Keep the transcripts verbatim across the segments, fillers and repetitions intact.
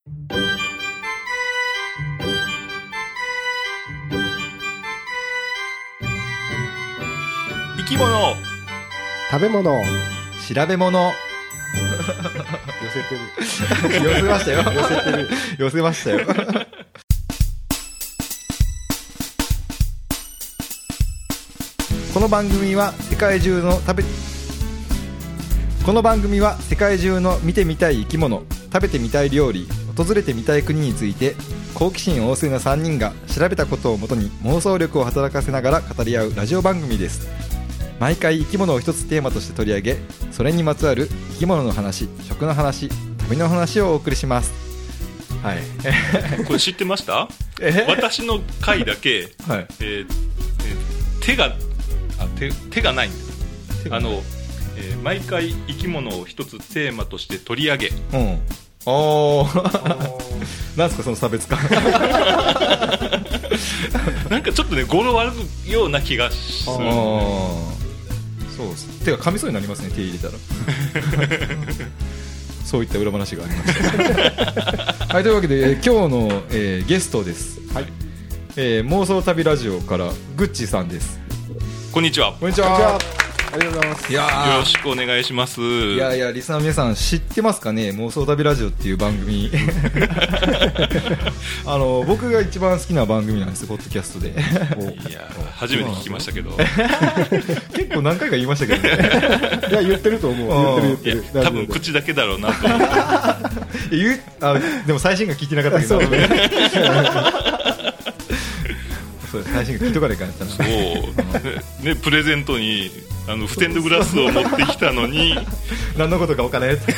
生き物、 食べ物、 調べ物寄せてる寄せましたよ寄せてる寄せましたよこの番組は世界中の食べこの番組は世界中の見てみたい生き物、食べてみたい料理、訪れてみたい国について好奇心旺盛なさんにんが調べたことをもとに妄想力を働かせながら語り合うラジオ番組です。毎回生き物を一つテーマとして取り上げ、それにまつわる生き物の話、食の話、旅の話をお送りします。はい。 これ知ってました？ え私の回だけ、 はいえーえー手があ 手, 手がないんです。あの、えー、毎回生き物を一つテーマとして取り上げ、 うん。おーなんすかその差別感なんかちょっとね語呂悪いような気がする。 あそうです。手が噛みそうになりますね、手入れたらそういった裏話がありましたはい、というわけで、えー、今日の、えー、ゲストです、はいえー、妄想旅ラジオからグッチーさんです。 こんにちは。 こんにちは。 ありがとうございます。 いやよろしくお願いします。 いやいやリスナーの皆さん知ってますかね、妄想旅ラジオっていう番組あの僕が一番好きな番組なんですよ、ポッドキャストで。 いや初めて聞きましたけど結構何回か言いましたけどねいや言ってると思う。言ってる言ってる。 多分口だけだろうなと思って言うあでも最新が聞いてなかったけどそう最新が聞いとかないからやったな。 そう、ね、プレゼントにあのステンドグラスを持ってきたのに何のことか分からないやつ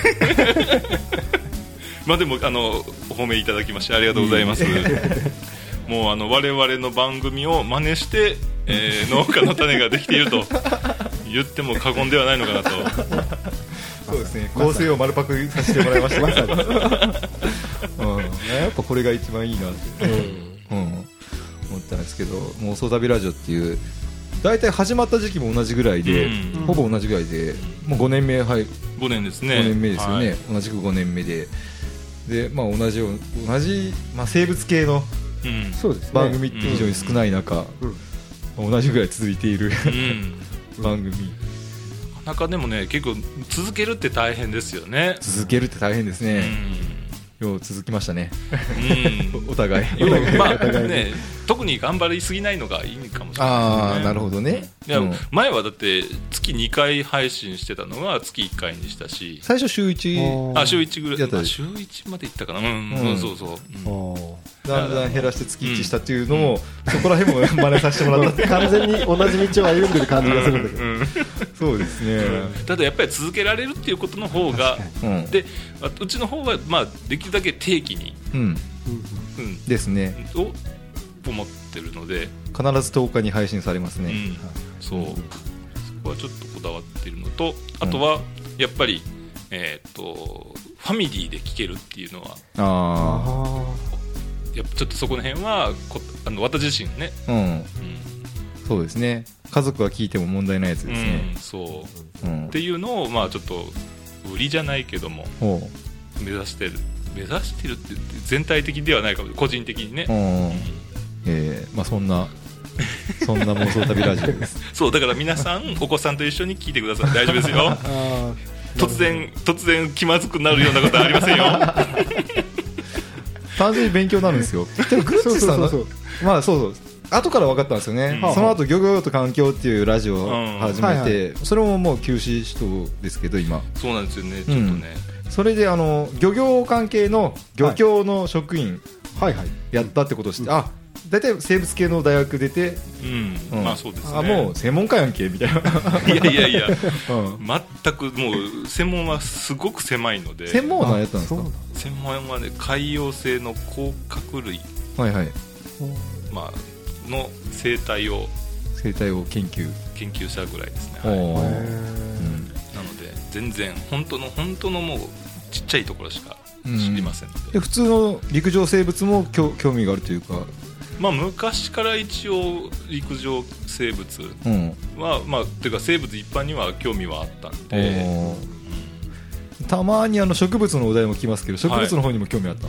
まあでもあのお褒めいただきましてありがとうございますもうあの我々の番組を真似して、えー、農家の種ができていると言っても過言ではないのかなとそうですね、構成を丸パクさせてもらいました、まさに、うん、やっぱこれが一番いいなって、うんうん、思ったんですけど、妄想旅ラジオっていう大体始まった時期も同じぐらいで、うん、ほぼ同じぐらいでもうごねんめ、はい、 ごねんですね、 ごねんめですよね、 はい、 同じくごねんめで、で、まあ、同じ同じ、まあ、生物系の番組って非常に少ない中、うん、同じぐらい続いている、うん、番組。 なかなかでもね結構続けるって大変ですよね。 続けるって大変ですね、うん、よう続きましたね、うん、お互い、 まあね、特に頑張りすぎないのがいいかもしれないですね。 ああなるほどね。 いや、うん、前はだって月にかい配信してたのが月いっかいにしたし、 最初週いち、 あ週いちぐらい、まあ、週いちまでいったかな、うんうん、そうそうそう、うんだんだん減らして月いちしたっていうのも、うん、そこら辺も真似させてもらったって完全に同じ道を歩んでる感じがするんだけど、うんうん、 そうですね、うん、 ただやっぱり続けられるっていうことの方が、うん、でうちの方はまあできるだけ定期に、うんうんうん、ですねを思ってるので必ずとおかに配信されますね、うん、 そう、うん、そこはちょっとこだわっているのと、あとはやっぱり、えー、とファミリーで聴けるっていうのはあやっぱちょっとそこの辺はこあの私自身ね、うんうん、 そうですね、家族は聞いても問題ないやつですね、 うん、そう、うん、っていうのをまあちょっと売りじゃないけども目指してる目指してるって全体的ではないかも、個人的にね、うんえーまあ、そんなそんな妄想旅ラジオですそうだから皆さんお子さんと一緒に聞いてください。大丈夫ですよ突然突然気まずくなるようなことはありませんよ単純に勉強になるんですよ。でもグッチさんのまあそうそう後から分かったんですよね、うん、その後漁業と環境っていうラジオを始めて、うんはいはい、それももう休止しとですけど今そうなんですよね、ちょっとね、 うん、それであの漁業関係の漁協の職員やったってことをして、はいはいはい、あ大体生物系の大学出て、 うんうん、まあそうですね、 あもう専門家やんけみたいないやいやいや、うん、全くもう専門はすごく狭いので。 専門は何やったんですか？ 専門はね海洋性の甲殻類、 はいはい、 まあ、の生態を生態を研究研究したぐらいですね、はい、うん、なので全然本当の本当のもうちっちゃいところしか知りませんので、うん、 で普通の陸上生物も興味があるというか、 まあ、昔から一応陸上生物は、うん、まあ、てか生物一般には興味はあったんで、 うん、たまにあの植物のお題も来ますけど植物の方にも興味あったんですか？はい、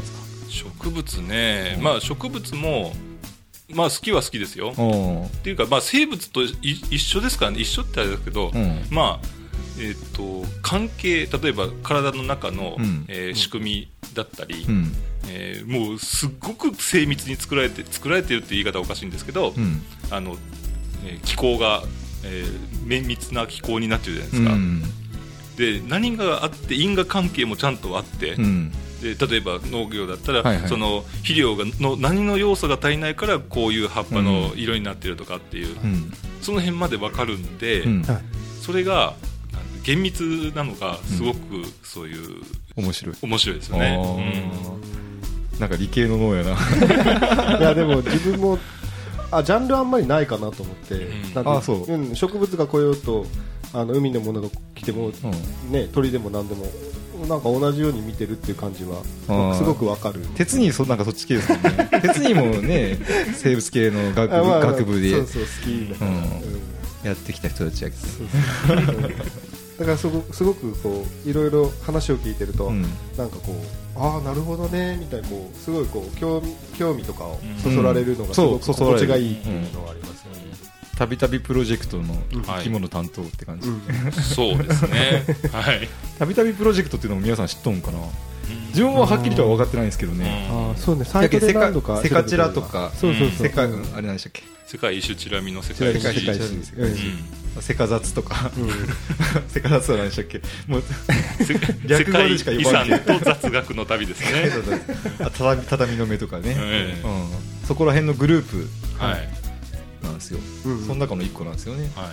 植物ね、まあ植物もまあ好きは好きですよ。っていうかまあ生物と一緒ですからね。一緒ってあれだけど、うん、まあえー、と関係、例えば体の中の、うんえー、仕組みだったり、うんえー、もうすっごく精密に作られて作られてるって言い方はおかしいんですけど、うん、あのえー、気候が、えー、綿密な気候になってるじゃないですか、うん、で何があって因果関係もちゃんとあって、うん、で例えば農業だったら、はいはい、その肥料がの何の要素が足りないからこういう葉っぱの色になってるとかっていう、うん、その辺まで分かるんで、うん、それが厳密なのがすごくそういう、 うん、面白い面白いですよね、 うん、なんか理系の脳やないやでも自分もあジャンルあんまりないかなと思って、うん、なんあそう、 うん、植物が来ようとあの海のものが来ても、うんね、鳥でも何でもなんか同じように見てるっていう感じはすごくわかる。 鉄にそなんかそっち系ですもんね鉄にもね生物系の学部、まあ、学部でそうそう好きだから、うんうん、 やってきた人たちやけどそうそうだからすごく、すごくこういろいろ話を聞いてると、うん、なんかこうああなるほどねみたいなこうすごいこう興味、興味とかをそそられるのがすごく心地がいいっていうのがありますよね。 たびたびプロジェクトの生き物担当って感じ、 はいうん、そうですねはいたびたびプロジェクトっていうのも皆さん知っとんかな。自分ははっきりとは分かってないんですけどね。 あそうねサイトで何度かセカチラとかそうそうそう世界、うん、あれ何でしたっけ世界一周チラ見の世界一周セカ雑とか、うん、セカ雑は何でしたっけもう世界遺産と雑学の旅ですね畳, 畳の目とかね、えーうん、そこら辺のグループなんですよ、はい、その中の一個なんですよね、はい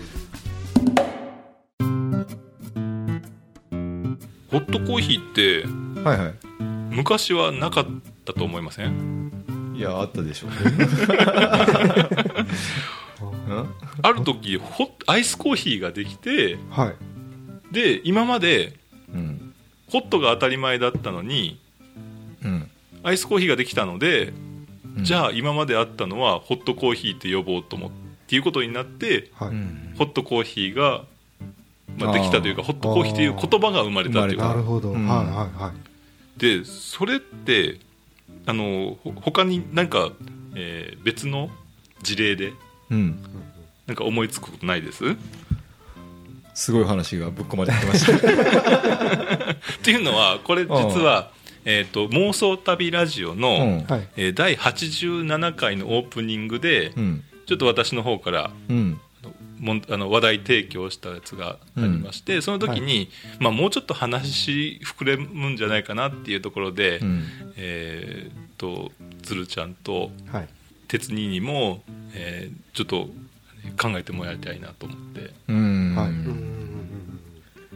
ホットコーヒーって、はいはい、昔はなかったと思いません？ いやあったでしょうねある時ホッアイスコーヒーができて、はい、で今まで、うん、ホットが当たり前だったのに、うん、アイスコーヒーができたので、うん、じゃあ今まであったのはホットコーヒーって呼ぼうと思っていうことになって、はい、ホットコーヒーがまあ、できたというかホットコーヒーという言葉が生まれたというか。 なるほど、うん、はいはいはい。 でそれってあの他に何か、えー、別の事例で、うん、なんか思いつくことないです？ すごい話がぶっ込まれてましたっていうのはこれ実は、えー、と妄想旅ラジオの、うんえー、だいはちじゅうななかいのオープニングで、うん、ちょっと私の方から、うんもあの話題提供したやつがありまして、うん、その時に、はいまあ、もうちょっと話膨れむんじゃないかなっていうところで、うんえー、と鶴ちゃんと鉄兄にも、えー、ちょっと考えてもらいたいなと思って、うんはい、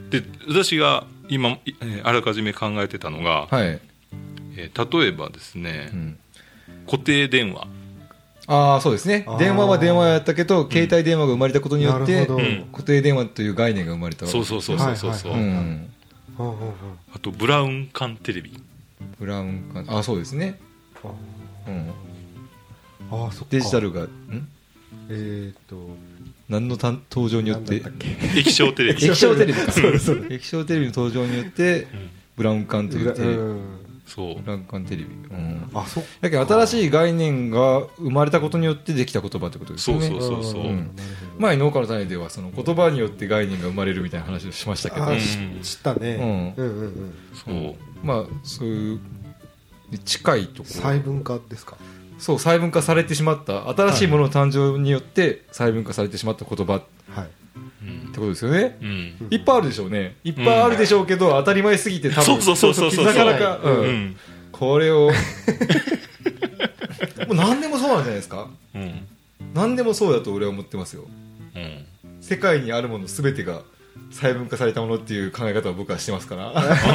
で私が今、えー、あらかじめ考えてたのが、はいえー、例えばですね、うん、固定電話ああそうですね電話は電話やったけど、うん、携帯電話が生まれたことによって、うん、固定電話という概念が生まれたわけです。 そうそうそうそうそう、はいはいはいうん、あとブラウン管テレビブラウン管あそうですねあ、うん、 あそっかデジタルがんえー、っと何の登場によって液晶テレビ液晶テレビかそうそう液晶テレビの登場によって、うん、ブラウン管というテレビそうブラウン管テレビ、うん、あそっかだけど新しい概念が生まれたことによってできた言葉ってことですよね。 そうそうそうそう、うん、 前農家の種ではその言葉によって概念が生まれるみたいな話をしましたけど、 うん、知ったね、うんうんうんうん、 そうまあそういう近いところ細分化ですか。 そう細分化されてしまった新しいものの誕生によって細分化されてしまった言葉、はいってことですよね、うん、いっぱいあるでしょうねいっぱいあるでしょうけど、うん、当たり前すぎて多分そうそうそうそうそうなかなか、うんうん、これをもう何でもそうなんじゃないですか、うん、何でもそうだと俺は思ってますよ、うん、世界にあるもの全てが細分化されたものっていう考え方を僕はしてますから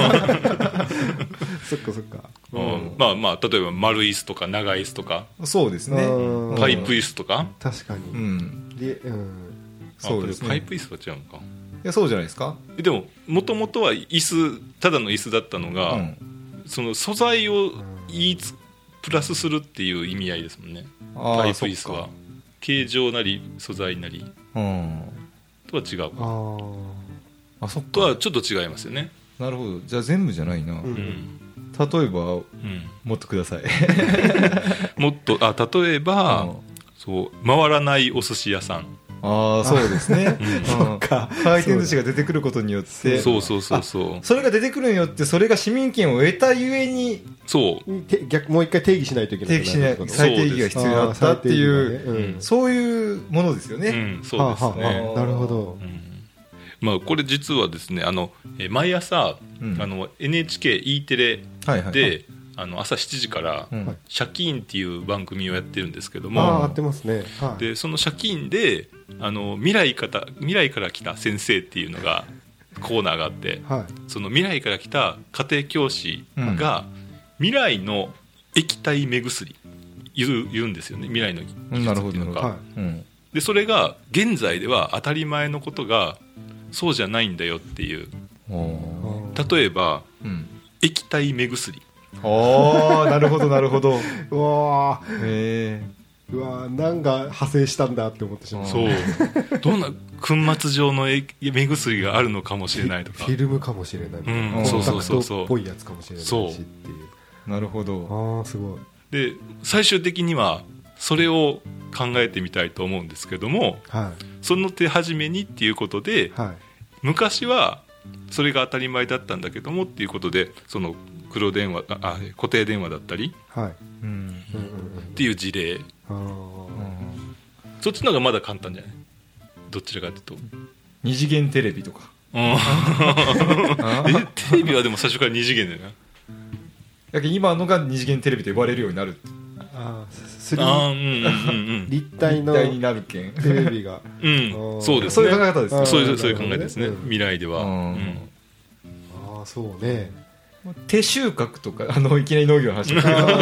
そっかそっか、 うん、まあまあ例えば丸椅子とか長椅子とかそうですねパイプ椅子とか確かに、うんでうんそうですね、パイプ椅子は違うのか。いやそうじゃないですか。 でももともとは椅子ただの椅子だったのが、うん、その素材を言いつプラスするっていう意味合いですもんね。パイプ椅子は形状なり素材なり、うん、とは違うああそっかとはちょっと違いますよね。 なるほどじゃあ全部じゃないな、うん、 例えば、うん、もっとくださいもっとあ例えば、うん、そう回らないお寿司屋さん。 ああそうですね、うん、そうか回転寿司が出てくることによってそうそうそうそうそれが出てくるによってそれが市民権を得たゆえにそう逆もう一回定義しないといけない定義しない再定義が必要になったっていう、ねうん、そういうものですよね、うん、 そうですね、はあはあ、なるほど、 うんまあ、これ実はですねあの毎朝、うん、あの エヌエイチケー E テレで、はいはいはい、あの朝しちじから「シャキーン」っていう番組をやってるんですけども、 あやってますね、 はい、でそのシャキーンであの未来から未来から来た先生っていうのがコーナーがあって、はい、その未来から来た家庭教師が、うん、未来の液体目薬言う、言うんですよね未来の技術っていうのが、はいうん、でそれが現在では当たり前のことがそうじゃないんだよっていう。例えば、うん、液体目薬。 ああなるほどなるほどうわへうわなんか派生したんだって思ってしまう。 そうどんな粉末状の目薬があるのかもしれないとかフィルムかもしれない、うん、コンタクトっぽいやつかもしれないしっていうなるほどあすごい。 で最終的にはそれを考えてみたいと思うんですけども、はい、その手始めにっていうことで、はい、昔はそれが当たり前だったんだけどもっていうことでその黒電話あ固定電話だったり、はいうん、っていう事例、あ、うん、そっちの方がまだ簡単じゃないどちらかというと二次元テレビとかえテレビはでも最初から二次元だよな。 だけど今のが二次元テレビと呼ばれるようになる。 あスリーあ、うんうんうん、立体の立体になるけんテレビが、 うん、そうですねそういう考え方ですね。 そういうそういう考えですね、うん、未来では、うんうん、 あそうね手収穫とかあのいきなり農業の話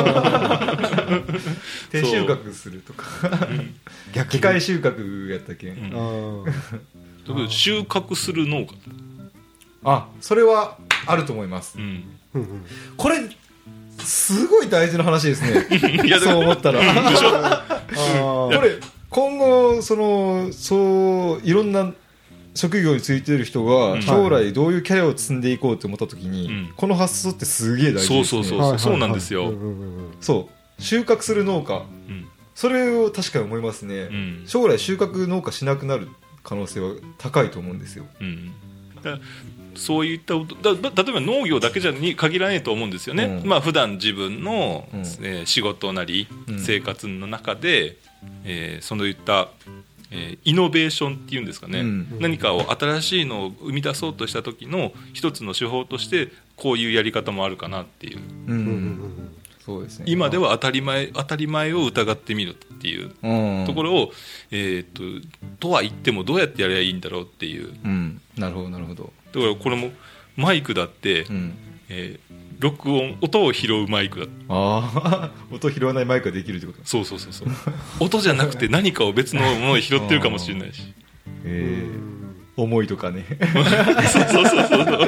手収穫するとか逆機械収穫やったけん、うん、 あ収穫する農家あそれはあると思います、うん、これすごい大事な話ですねいやそう思ったらあこれ今後そのそういろんな職業についている人が将来どういうキャリアを積んでいこうと思った時に、うん、この発想ってすげえ大事ですね。 そうそうそう、そうなんですよ。 そう収穫する農家、うん、それを確かに思いますね、うん、将来収穫農家しなくなる可能性は高いと思うんですよ、うん、 だそういっただ例えば農業だけじゃに限らないと思うんですよね、うんまあ普段自分の、うんえー、仕事なり生活の中で、うんえー、そういったえー、イノベーションっていうんですかね、うん、何かを新しいのを生み出そうとした時の一つの手法としてこういうやり方もあるかなっていう、うんうんうん、そうですね、今では当たり前、当たり前を疑ってみるっていうところを、えー、ととは言ってもどうやってやればいいんだろうっていう、 うん、なるほどなるほど。 だからこれもマイクだって、うんえー録音音を拾うマイクだ。 あ音拾わないマイクができるってこと。 そうそうそうそう音じゃなくて何かを別のものを拾ってるかもしれないしえー、思いとかねそうそうそうそうその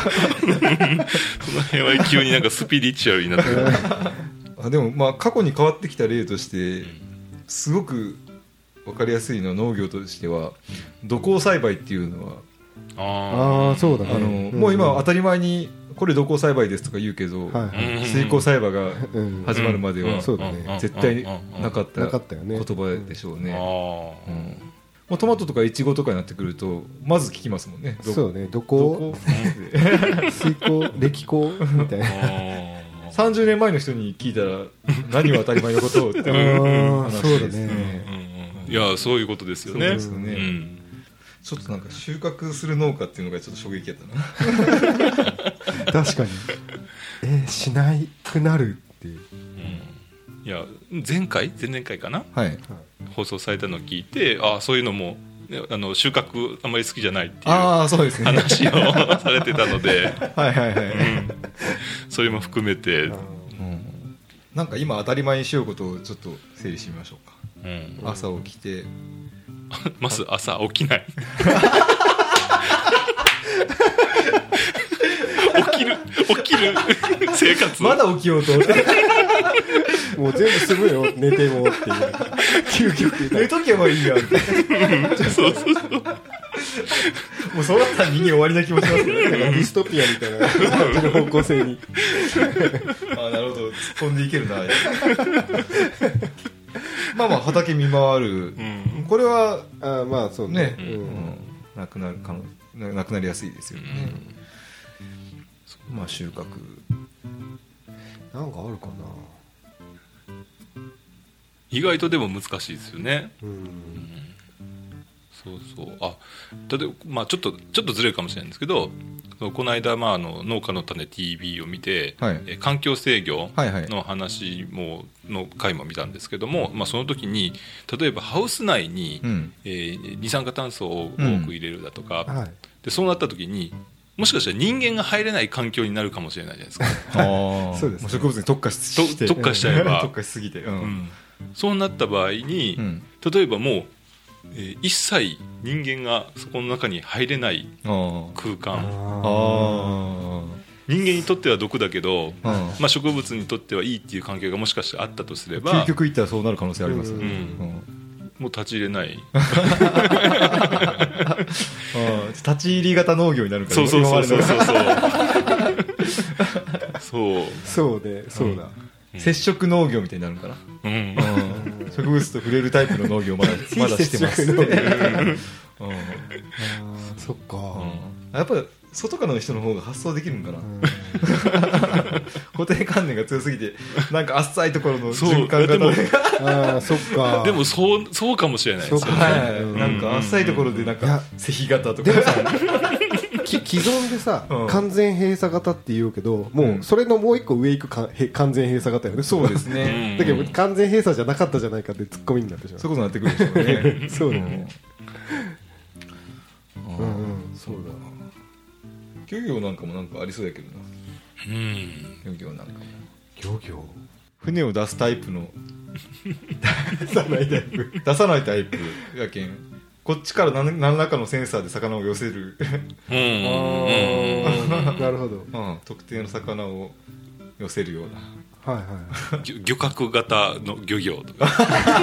辺は急になんかスピリチュアルになってるあでもまあ過去に変わってきた例としてすごく分かりやすいのは農業としては土耕栽培っていうのはああそうだね、 あの、うん、もう今は当たり前にこれ土耕栽培ですとか言うけど、はいはい、水耕栽培が始まるまでは絶対なかった言葉でしょうね。うん、もうトマトとかイチゴとかになってくるとまず聞きますもんね。 そうね、土耕水耕歴耕みたいなさんじゅうねんまえの人に聞いたら何は当たり前のことをっていう話ですね。 いやそういうことですよね。そうですよね、 うんちょっとなんか収穫する農家っていうのがちょっと衝撃やったな確かにえー、しなくなるっていう、 うん、いや前回前々回かな、はい、放送されたのを聞いてあそういうのもあの収穫あんまり好きじゃないっていう話をされてたのではいはいはい、うん、それも含めて、うん、 なんか今当たり前にしようことをちょっと整理してみましょうか、うん、朝起きてまず朝起きない起きる起きる生活まだ起きようと思ってもう全部すぐよ寝てもっていう究極寝とけばいいやんってそうそうそうもうそうだったら人間終わりな気もしますけどね。 なんかディストピアみたいな感じの方向性にああなるほど、突っ込んでいけるなまあまあ畑見回る、うん、これはあまあそうね、 ね、うんうん、なくなるかのなくなりやすいですよね、うん、まあ収穫なんかあるかな。 意外とでも難しいですよね、うんうん、そうそうあ例えば、まあ、ちょっとちょっとずれるかもしれないんですけど、この間、まあ、あの農家の種 ティービー を見て、はい、え環境制御の話もの回も見たんですけども、まあ、その時に例えばハウス内に、うんえー、二酸化炭素を多く入れるだとか、うんはい、でそうなった時にもしかしたら人間が入れない環境になるかもしれないじゃないですか。 あそうです、ね、植物に特化して特化しちゃえば特化しすぎて、うんうん、 そうなった場合に、うん、例えばもう、えー、一切人間がそこの中に入れない空間、あ人間にとっては毒だけど、まあ、植物にとってはいいっていう環境がもしかしてあったとすれば究極いったらそうなる可能性ありますよね、うんうんもう立ち入れない立ち入り型農業になるからそうそうそうそうそうそうそうねそうだ、 うん、接触農業みたいになるのかな、うんうん、植物と触れるタイプの農業まだまだしてますって、うん、あそっか、 うん、やっぱり外からの人の方が発想できるんかな、うん、固定観念が強すぎてなんか浅いところの循環型であそっかでもそうそうかもしれないですよね、 はいうん、なんか浅いところでなんか赤皮型とかでもさ既存でさ、うん、完全閉鎖型って言うけどもうそれのもう一個上行くか完全閉鎖型よね。 そうですねだけど完全閉鎖じゃなかったじゃないかってツッコミになってしまう。 そういうことになってくるでしょうねそうだねうん、うん、そうだ漁業なんかもなんかありそうやけどな、うん、漁業なんかも漁業船を出すタイプの出さないタイプ出さないタイプやけんこっちから何何らかのセンサーで魚を寄せるうんなるほど、 うん、特定の魚を寄せるようなはいはい、 漁獲型の漁業とか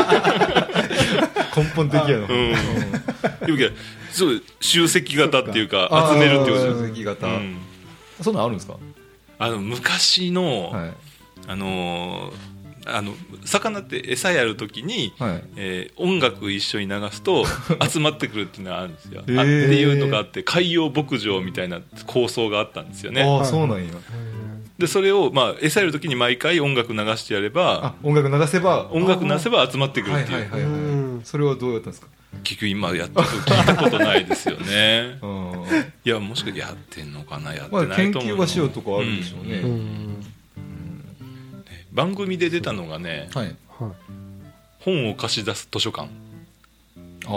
根本的やな、うん、 そう集積型っていうか集めるってこと集積型、うん、そんなんあるんですか。 あの昔の、はい、あのあの魚って餌やるときに、はいえー、音楽一緒に流すと集まってくるっていうのがあるんですよ、えー、あっていうのがあって海洋牧場みたいな構想があったんですよね。 ああそうなんや。 でそれを、まあ、餌やるときに毎回音楽流してやればあ音楽流せば音楽流せば集まってくるっていう、はいはいはいはい、それはどうやったんですか。 結局今やった聞いたことないですよねいやもしかしてやってんのかなやってないと思う、まあ、 研究はしようとかあるんでしょうね、うんうんうん番組で出たのがね、はい、本を貸し出す図書館。 あ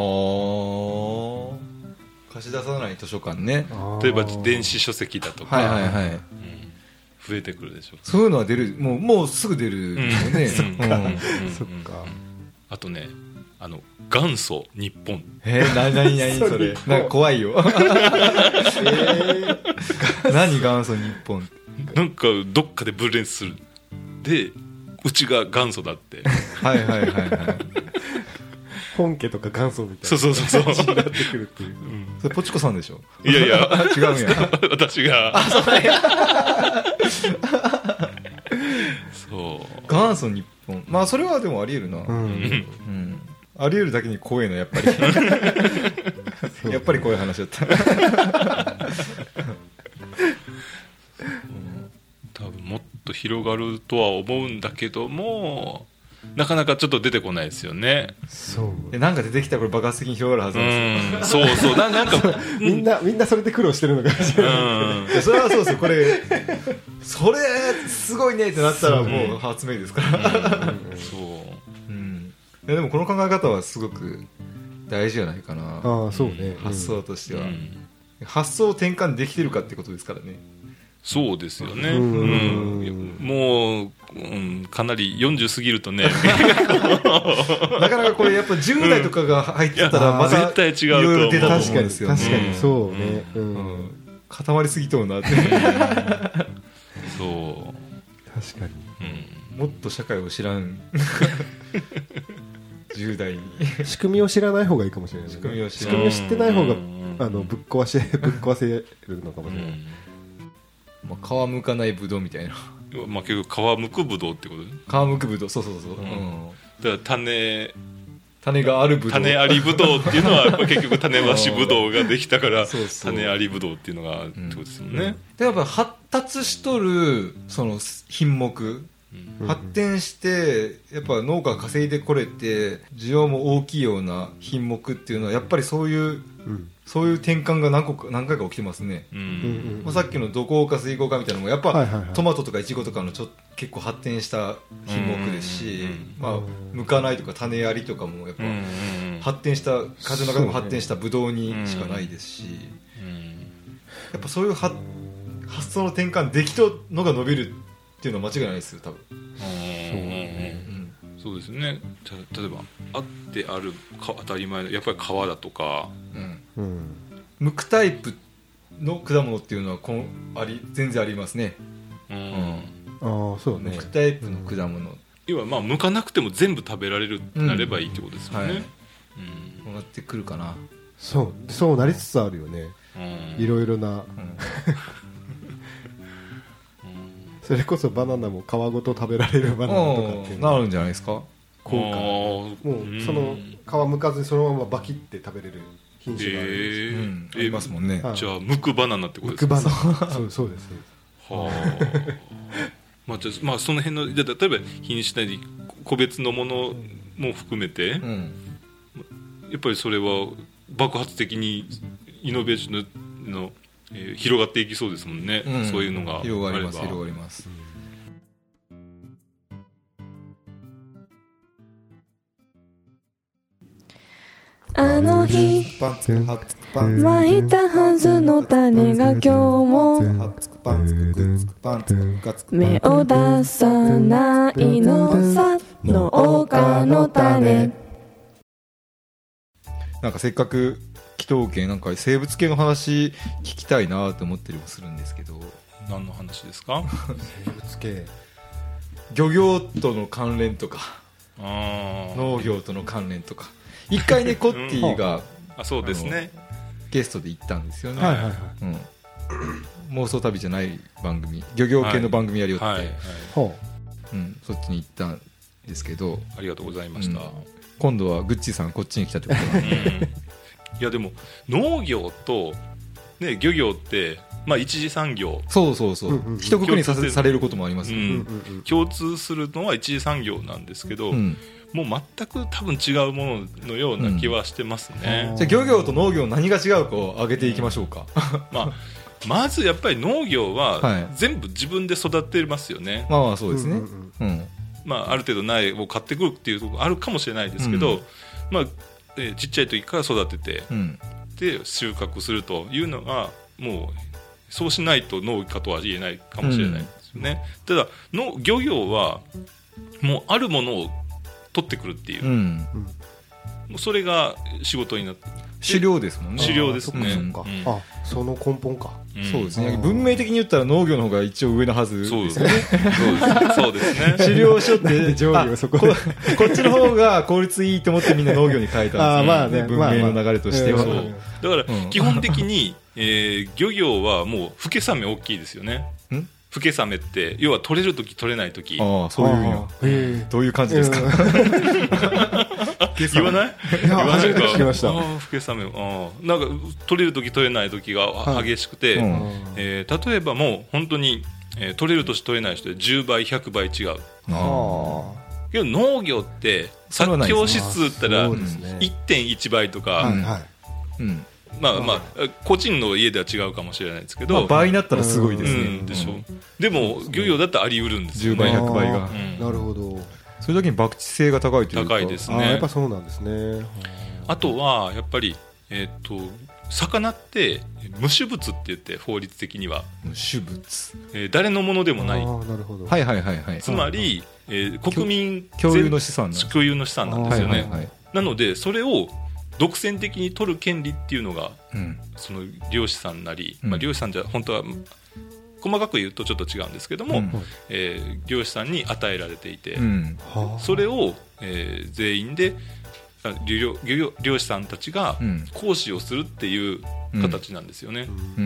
貸し出さない図書館ね。 例えば電子書籍だとか、はいはいはいうん、増えてくるでしょう。 そういうのは出るもう、もうすぐ出るよね、うん、そっか、うん、 そっか。あとねあの元祖日本。 えー、なになにそれなんか怖いよ、えー、何元祖日本なんかどっかで分裂するでうちが元祖だってはいはいはいはい本家とか元祖みたいなそうそうそうそうになってくるっていう、うん、 それポチコさんでしょ。 いやいや違うんや私があそうなんやそう元祖日本まあそれはでもありえるな、うんうん、ありえるだけに怖いなやっぱりやっぱりこういう話だった多分もっと広がるとは思うんだけどもなかなかちょっと出てこないですよね。 そうなんか出てきたらこれ爆発的に広がるはずなんですよ、うん、そうそう な, なんかみんなみんなそれで苦労してるのかもしれない、 うん、それはそうですよ。これそれすごいねってなったらもう発明ですから、うん、そう、うん、いやでもこの考え方はすごく大事じゃないかな。 ああそうね、 発想としては、うん、発想を転換できてるかってことですからね。 そうですよね、うん、もう、うん、かなりよんじゅう過ぎるとねなかなかこれやっぱじゅう代とかが入ってたらまた絶対違うと思う。いろいろ出たと思うんですよね。 確かにそうね、うんうんうん、固まりすぎとうなってそう確かに、 うん、もっと社会を知らんじゅう代に仕組みを知らない方がいいかもしれない、ね、 仕組みを知仕組みを知ってない方があのぶっ壊しぶっ壊せるのかもしれない、うんまあ、皮むかないブドウみたいなまあ、結局皮むくブドウってことね。 皮むくブドウ、そうそうそう、うん、 だから種種があるブドウ、 種ありブドウっていうのは結局種なしブドウができたからそうそう種ありブドウっていうのがってことですよね、うん、 でやっぱ発達しとるその品目、うん、発展してやっぱ農家が稼いでこれて需要も大きいような品目っていうのはやっぱりそういう、うんそういう転換が何個か何回か起きてますね、うんまあ、さっきの土耕か水耕かみたいなのもやっぱ、はいはいはい、トマトとかイチゴとかのちょ結構発展した品目ですし、まあ、剥かないとか種ありとかもやっぱ発展した風の中でも発展したブドウにしかないですし、やっぱそういう発想の転換できとのが伸びるっていうのは間違いないですよ多分。 そうですね。例えばあってあるか当たり前のやっぱり皮だとか、 うんうん、剥くタイプの果物っていうのはこんあり全然ありますね、うんうん、あそうね剥くタイプの果物、うん、 要はまあ剥かなくても全部食べられるってなればいいってことですよね、うんはいうん、なってくるかな。 そうそうなりつつあるよね、うん、いろいろな、うんそれこそバナナも皮ごと食べられるバナナとかっていうなるんじゃないですか。 効果もうその皮むかずにそのままバキって食べれる品種があるんです、えーうん、 ありますもんね、 はい、じゃあ剥くバナナってことですか。 剥くバナナそう、そうですはあまあ、じゃあまあその辺のじゃあ例えば品種なり個別のものも含めて、うん、やっぱりそれは爆発的にイノベーションのえー、広がっていきそうですもんね、うん、そういうのが広がります広がります、 うん、あの日まいたはずの種が今日も芽を出さないのさ農家の種。 なんかせっかく紀藤家なんか生物系の話聞きたいなと思ったりもするんですけど。 何の話ですか生物系漁業との関連とかあ農業との関連とか一回ねコッティが、 うん、あそうですねゲストで行ったんですよね、はいはいはいうん、妄想旅じゃない番組漁業系の番組やりよって、はいはいはいうん、そっちに行ったんですけどありがとうございました、うん、 今度はグッチーさんこっちに来たってことなんで、 うんいやでも農業と、ね、漁業って、まあ、一次産業そうそうそう、うんうん、一括りさせされることもあります、うんうん、共通するのは一次産業なんですけど、うん、もう全く多分違うもののような気はしてますね、 うん、じゃあ漁業と農業何が違うかを挙げていきましょうか、 まあ、まずやっぱり農業は全部自分で育てますよね、 まあまあそうですね、うんうんうんまあ、ある程度苗を買ってくるっていうところあるかもしれないですけど、うんまあえー、ちっちゃい時から育てて、うん、で収穫するというのがもうそうしないと農家とは言えないかもしれないですよね、うん、ただの漁業はもうあるものを取ってくるっていう、うん、もうそれが仕事になって狩猟ですもんね。 狩猟ですね。 あ、そ, うん、あその根本か、 うん、そうですね。文明的に言ったら農業の方が一応上のはずですよね。 そうですね。 狩猟所って上下はそこここっちの方が効率いいと思ってみんな農業に変えたんですよ、 あ、まあね、 文明の流れとしては、まあまあ、 そうだから基本的に、えー、漁業はもうフケサメ大きいですよね。んフケサメって要は取れるとき取れないとき。 ああ、そういう意味は、えー、どういう感じですか、えー、言わない？ いや、初めて聞きました。 あ、フケサメ、あ、なんか取れるとき取れないときが激しくて、はいうんえー、例えばもう本当に、えー、取れる年取れない人でじゅうばいひゃくばい違う。あけど農業って作況指数ったら いってんいちばいとか、はいはいうんまあまあ、個人の家では違うかもしれないですけど、まあ、 倍になったらすごいですね、 うん、でしょ、うん、でも漁業だったらあり得るんですよね、 じゅうばいひゃくばいが、 うん、なるほど。 そういう時に博打性が高いというか高いですね。 あ、やっぱそうなんですね。 あとはやっぱり、えー、と魚って無種物って言って法律的には無種物、 えー、誰のものでもない。 あ、なるほど。 はいはいはいはい。 つまり、えー、国民共有の資産なんです。 共有の資産なんですよね、はいはいはい、なのでそれを独占的に取る権利っていうのが、うん、その漁師さんなり、うんまあ、漁師さんじゃ本当は細かく言うとちょっと違うんですけども、うんえー、漁師さんに与えられていて、うん、それを、えー、全員で漁, 漁, 漁師さんたちが行使をするっていう形なんですよね、 うんうん、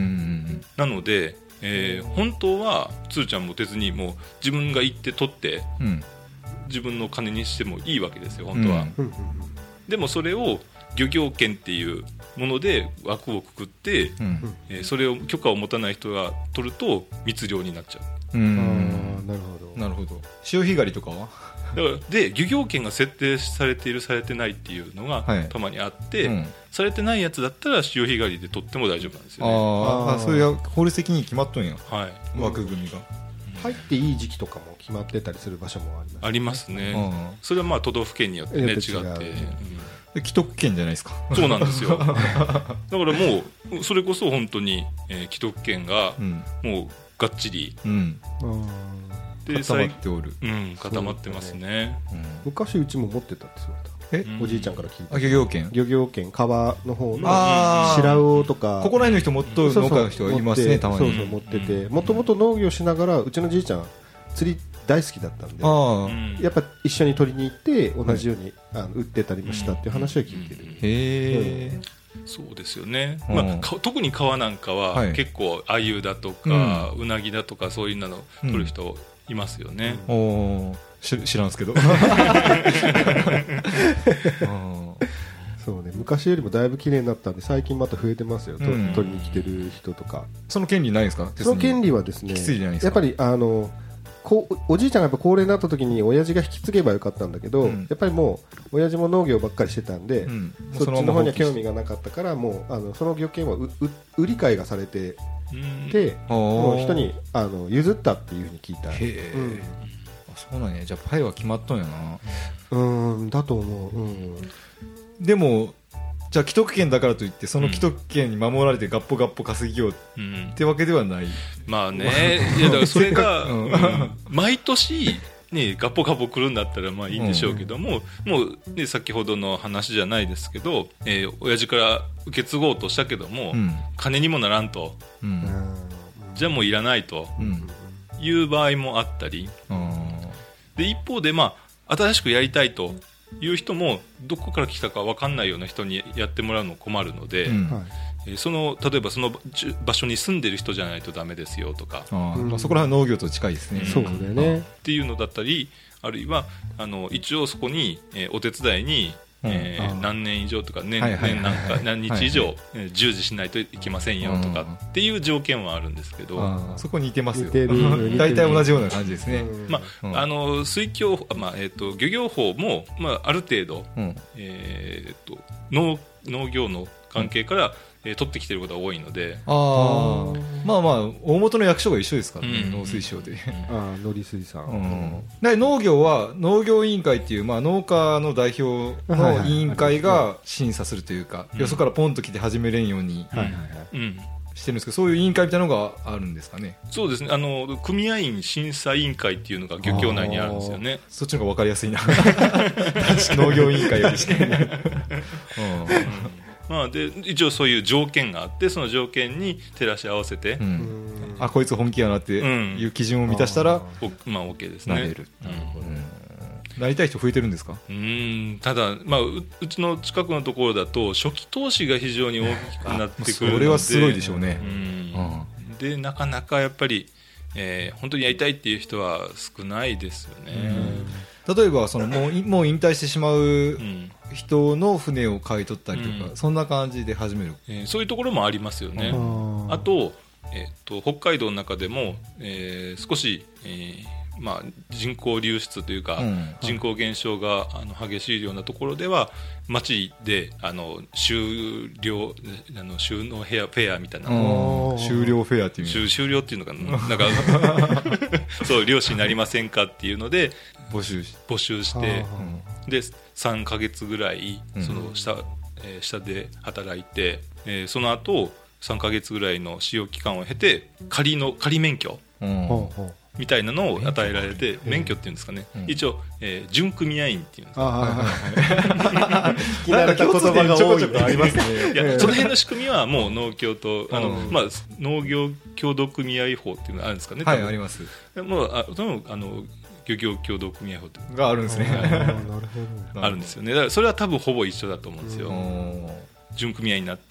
なので、えー、本当はつーちゃんも鉄にもう自分が行って取って、うん、自分の金にしてもいいわけですよ本当は、うん、でもそれを漁業権っていうもので枠をくくって、うんえー、それを許可を持たない人が取ると密漁になっちゃう。 うん、なるほどなるほど。潮干狩りとかはだからで漁業権が設定されているされてないっていうのがたまにあって、はいうん、されてないやつだったら潮干狩りで取っても大丈夫なんですよね。 ああ、それは法律的に決まっとんや、はい、枠組みが、 うん、入っていい時期とかも決まってたりする場所もあります、ね、 ありますね。それはまあ都道府県によってね違って、 うん、既得権じゃないですか。 そうなんですよだからもうそれこそ本当に、えー、既得権がもうがっちり、うん、 で固まっておる、 うん、固まってますね、 うん、昔うちも持ってたってそうだった。えおじいちゃんから聞いた。 漁業権漁業権川の方の白魚とかここら辺の人もっと農家の人がいますね。たまにそうそう持ってて、もともと農業しながらうちのじいちゃん釣り大好きだったんで、あやっぱ一緒に取りに行って同じように、はい、あの売ってたりもしたっていう話は聞いてる、うん、へえ、 うん、そうですよね、まあ、特に川なんかは、はい、結構鮎だとか、うん、うなぎだとかそういうの取る人いますよね、 うん、お知, 知らんすけどそうね、昔よりもだいぶ綺麗になったんで最近また増えてますよ、うん、取りに来てる人とか。 その権利ないですか？ その権利はですね、 きついじゃないですか。 やっぱりあのこおじいちゃんがやっぱ高齢になった時に親父が引き継げばよかったんだけど、うん、やっぱりもう親父も農業ばっかりしてたんで、うん、そっちの方には興味がなかったからもうあのその漁権はうう売り買いがされてて、うん、もう人にあの譲ったっていう風に聞いた。へー、うん、 そうなんや。じゃあパイは決まっとんやな。 うんだと思う、うん、 でもじゃあ既得権だからといってその既得権に守られてガッポガッポ稼ぎようってわけではない、うん、 まあねいやだからそれが、うん、毎年ね、ガッポガッポ来るんだったらまあいいんでしょうけども、うん、もう、ね、先ほどの話じゃないですけど、えー、親父から受け継ごうとしたけども、うん、金にもならんと、うん、じゃあもういらないという場合もあったり、うん、で一方で、まあ、新しくやりたいという人もどこから来たか分かんないような人にやってもらうの困るので、うんえー、その例えばその場所に住んでる人じゃないとダメですよとか、 あ、うんまあ、そこら辺は農業と近いですね、 うん、そうだよねっていうのだったり、あるいはあの一応そこに、えー、お手伝いにえー、何年以上とか 年,、はいはいはい、年何か何日以上、はいはいえー、従事しないといけませんよとかっていう条件はあるんですけど、 あそこに似てますよ大体同じような感じですね、 まあうん、あの水協、まあえー、と漁業法も、まあ、ある程度、うんえー、と 農, 農業の関係から、うんえー、取ってきてることが多いので、 あまあまあ大元の役所が一緒ですからね、うん、農水省であ農林水産、うん、で農業は農業委員会っていう、まあ、農家の代表の委員会が審査するというか、はいはい、よそからポンと来て始めれんように、うんはいはいはいうんしてるんですけど、そういう委員会みたいなのがあるんですかね。 そうですね、あの組合員審査委員会っていうのが漁協内にあるんですよね。 そっちの方が分かりやすいな農業委員会よりして、うんまあ、で一応そういう条件があってその条件に照らし合わせて、うん、 あこいつ本気やなっていう基準を満たしたら、うんまあ、OK ですね。 なれる、うんうんなりたい人増えてるんですか？ うんただ、まあ、う, うちの近くのところだと初期投資が非常に大きくなってくるのでそれはすごいでしょうね、 うんうん、でなかなかやっぱり、えー、本当にやりたいっていう人は少ないですよね。 例えばそのもう、もう引退してしまう人の船を買い取ったりとか、うん、そんな感じで始める、 えー、そういうところもありますよね。あ, あと、えー、と北海道の中でも、えー、少し、えーまあ、人口流出というか、うん、人口減少があの激しいようなところでは町であの収量あの収納フェアフェアみたいな収量フェアっていう収収量っていうのかななんかそう漁師になりませんかっていうので募集し募集してでさんかげつぐらいその下、うんえー、下で働いて、えー、その後さんかげつぐらいの使用期間を経て仮の仮免許、うんみたいなのを与えられて免許っていうんですかね、うん、一応、えー、準組合員っていうんですか、ね、 聞き慣れた言葉が多いのありますね。 いやその辺の仕組みはもう農協とあの、うんまあ、農業協同組合法っていうのがあるんですかね。 はいあります。 もうああの漁業協同組合法ってがあるんですね。 あるんですよね。だからそれは多分ほぼ一緒だと思うんですよ。準組合になって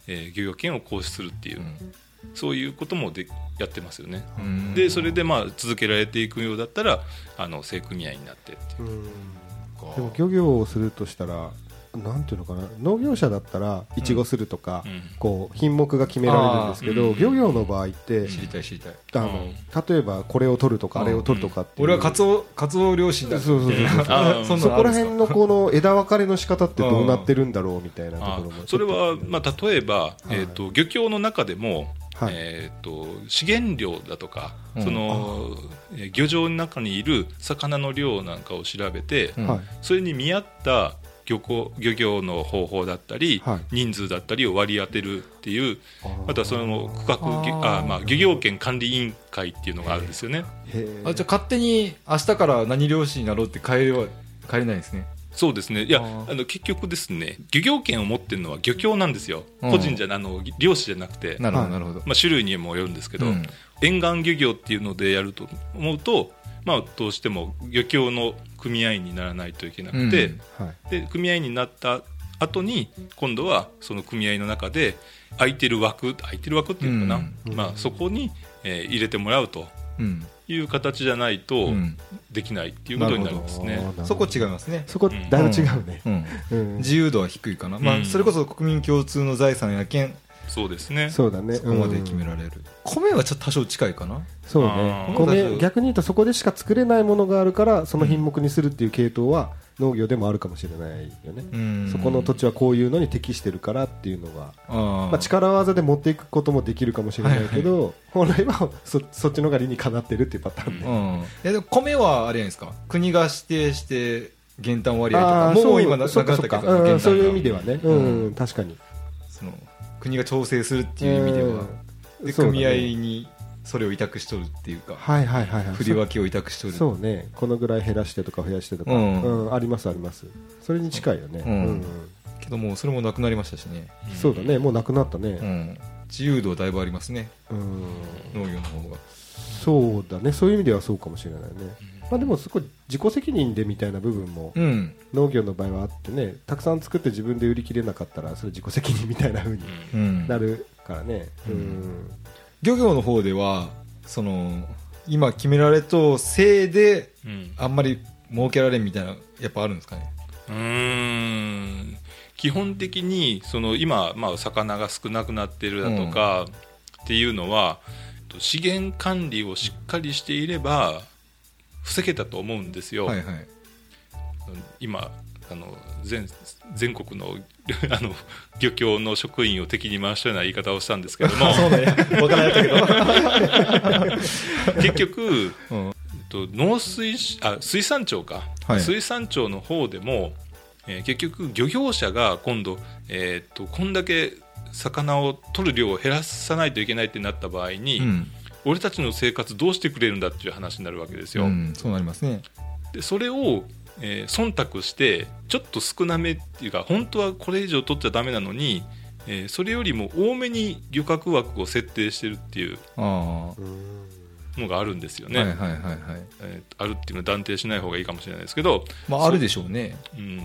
えー、漁業権を行使するっていう、うん、そういうこともでやってますよね。 うん、 でそれでまあ続けられていくようだったらあの正組合になってっていう、うん、 でも漁業をするとしたらなんていうのかな、農業者だったらイチゴするとか、うん、こう品目が決められるんですけど、うん、漁業の場合って知りたい知りたいあの、うん、例えばこれを取るとか、うん、あれを取るとかっていう、 俺はカツオカツオ漁師だ、 そうそうそうそこら辺のこの枝分かれの仕方ってどうなってるんだろうみたいなところも、 それは、まあ、例えば、えーと、漁協の中でも、はい、えーと、資源量だとか、うん、その漁場の中にいる魚の量なんかを調べて、うん、それに見合った漁港、漁業の方法だったり、はい、人数だったりを割り当てるっていう、またその区画あ、まあ、漁業権管理委員会っていうのがあるんですよね。 あ、じゃあ勝手に明日から何漁師になろうって変えれは変えれないんですね。 そうですね。いや、あの結局ですね、漁業権を持ってるのは漁協なんですよ。個人じゃあの漁師じゃなくて、 なるほどなるほど。 まあ、種類にもよるんですけど、うん、沿岸漁業っていうのでやると思うと、まあ、どうしても漁協の組合にならないといけなくて、うんはい、で組合になった後に今度はその組合の中で空いてる枠空いてる枠っていうのかな、うんまあ、そこに、えー、入れてもらうという形じゃないとできないっていうことになりますね。 うん、そこ違いますね。 そこだいぶ違うね、 うんうん、自由度は低いかな、まあ、それこそ国民共通の財産やけん、 そうですね。 そうだね。 そこまで決められる。うん、米はちょっと多少近いかな。 そうね。米逆に言うとそこでしか作れないものがあるからその品目にするっていう系統は農業でもあるかもしれないよね。うん、そこの土地はこういうのに適してるからっていうのが、あ、まあ、力技で持っていくこともできるかもしれないけど、はいはい、本来は そ, そっちのが理にかなってるっていうパターンで。うん、 ででも米はあれじゃないですか。国が指定して減反割合とかもう今なくなったけど、 うん、そういう意味ではね。うん、確かに。 その国が調整するっていう意味では、で組合にそれを委託しとるっていうか、 はいはいはいはい、 振り分けを委託しとる。 そうね、このぐらい減らしてとか増やしてとか、うんうん、ありますあります。それに近いよね。うんうん、 けどもうそれもなくなりましたしね。 そうだね、もうなくなったね。うん、 自由度はだいぶありますね。うん、農業の方が。 そうだね、そういう意味ではそうかもしれないね。まあ、でもそこ自己責任でみたいな部分も農業の場合はあってね、たくさん作って自分で売り切れなかったらそれ自己責任みたいな風になるからね。うんうん、 漁業の方ではその今決められとせいであんまり儲けられんみたいなやっぱあるんですかね。 うーん、基本的にその今、まあ、魚が少なくなっているだとかっていうのは、うん、資源管理をしっかりしていれば防げたと思うんですよ。はいはい、今あの 全, 全国 の, あの漁協の職員を敵に回したような言い方をしたんですけどもそうね、分からなかったけど結局、うん、農水あ水産庁か、はい、水産庁の方でも、えー、結局漁業者が今度、えー、とこんだけ魚を取る量を減らさないといけないってなった場合に、うん、俺たちの生活どうしてくれるんだっていう話になるわけですよ。うん、 そうなりますね。 でそれを、えー、忖度してちょっと少なめっていうか本当はこれ以上取っちゃダメなのに、えー、それよりも多めに漁獲枠を設定してるっていうのがあるんですよね。はいはいはいはい、えー、あるっていうのは断定しない方がいいかもしれないですけど、 まあ、あるでしょうね。うんうん、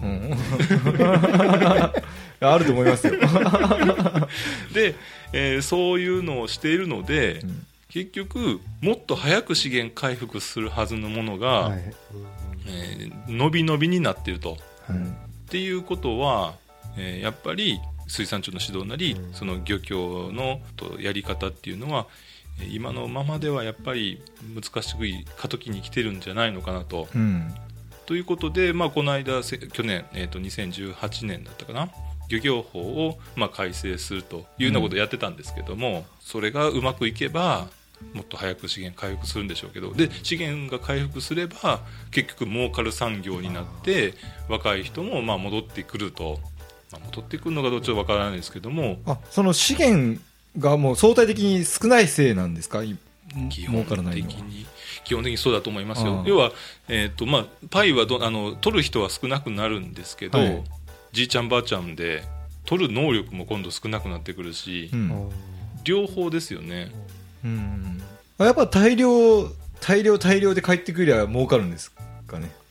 あると思いますよで、えー、そういうのをしているので、うん、結局もっと早く資源回復するはずのものが、はい、えー、伸び伸びになっていると、はい、っていうことは、えー、やっぱり水産庁の指導なり、うん、その漁協のとやり方っていうのは今のままではやっぱり難しい過渡期に来てるんじゃないのかなと、うん、ということで、まあ、この間去年、えー、とにせんじゅうはちねんだったかな、漁業法をまあ改正するというようなことをやってたんですけども、うん、それがうまくいけばもっと早く資源回復するんでしょうけど、で資源が回復すれば結局儲かる産業になって若い人もまあ戻ってくると、まあ、戻ってくるのかどっちかわからないですけども、 あ、その資源がもう相対的に少ないせいなんですか。 基本的に基本的にそうだと思いますよ。要は、えーとまあ、パイはどあの取る人は少なくなるんですけど、はい、じいちゃんばあちゃんで取る能力も今度少なくなってくるし、うん、両方ですよね。うん、 やっぱ大量大量大量で帰ってくりゃ儲かるんですかね。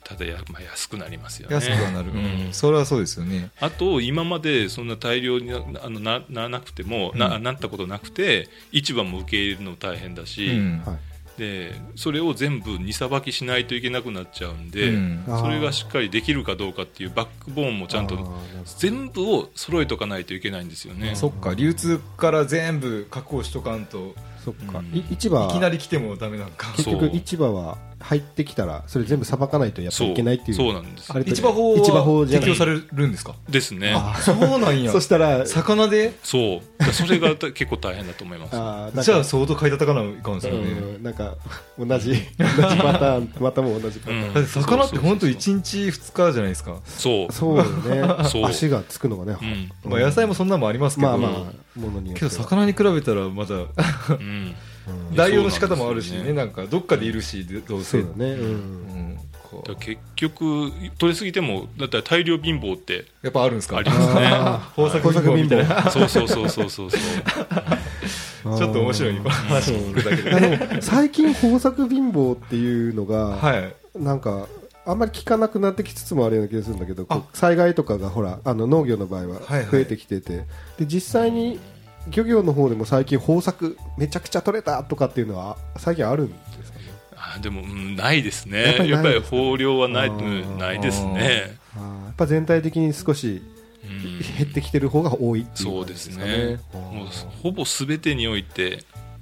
ただや、まあ、安くなりますよね。 安くはなる、うん、それはそうですよね。 あと今までそんな大量に な, あの な, ならなくても、うん、な, なったことなくて市場も受け入れるの大変だし、うんはい、でそれを全部荷さばきしないといけなくなっちゃうんで、うん、それがしっかりできるかどうかっていうバックボーンもちゃんと全部を揃えとかないといけないんですよね。 そっか、流通から全部確保しとかんと、 そっか、うん、市場いきなり来てもダメなんか。 結局市場は入ってきたらそれ全部さばかないとやっぱいけないっていう。 そうなんです。 市場法は適用されるんですか？ ですね。 あ、そうなんや。 そしたら魚で、 そうそれが結構大変だと思います。 あ、じゃあ相当買い叩かないかんですよね。 うん、なんか同じ同じパターンまたも同じパターン、 うん、魚って本当いちにちふつかじゃないですか。 そうそうよね。そう足がつくのがね、 うん、まあ、野菜もそんなもありますけど、 まあまあものによってけど魚に比べたらまだ、うん代用の仕方もあるしね、なんかどっかでいるし、どうせそうだね、うんうん、 だ結局取りすぎてもだったら大量貧乏ってやっぱあるんですか？ ありますね。 豊作貧乏みたいな。 そうそうそうそうそうそうちょっと面白い話聞くだけで、 ね、最近豊作貧乏っていうのが、はい、なんかあんまり聞かなくなってきつつもあるような気がするんだけど、災害とかがほらあの農業の場合は増えてきてて、はいはい、で実際に漁業の方でも最近豊作めちゃくちゃ取れたとかっていうのは最近あるんですかね？ あでも、うん、ないですね。やっぱり、やっぱり豊漁はない、うん、ないですね。 あやっぱ全体的に少し減ってきてる方が多いっていう感じですかね。そうですね。 もうほぼ全てにおいて、うん、あ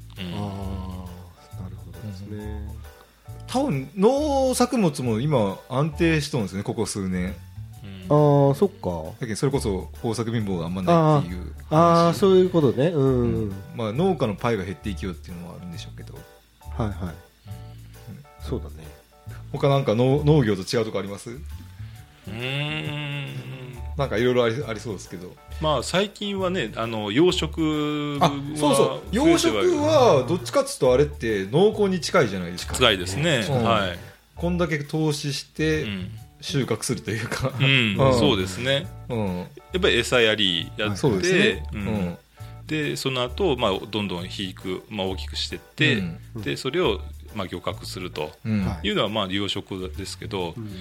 なるほどですね、うん、 多分農作物も今安定してるんですね、ここ数年。 ああそっか。 だけどそれこそ豊作貧乏があんまないっていう。 ああそういうことね、うんうんうん、 まあ、農家のパイが減っていきようっていうのはあるんでしょうけど、 はいはい、うん、そうだね。 他なんか 農, 農業と違うとこあります？うーんなんかいろいろありそうですけど、 まあ、最近はねあの養殖はそうそう養殖はどっちかっていうとあれって農耕に近いじゃないですか。 近いですね、うんはい、 こんだけ投資して、うん収穫するというか、 うんうん、そうですね、うん、やっぱり餌やりやって、はいねうんうん、でその後、まあどんどん肥育、まあ、大きくしていって、うん、でそれをまあ漁獲するというのはまあ養殖ですけど、うん、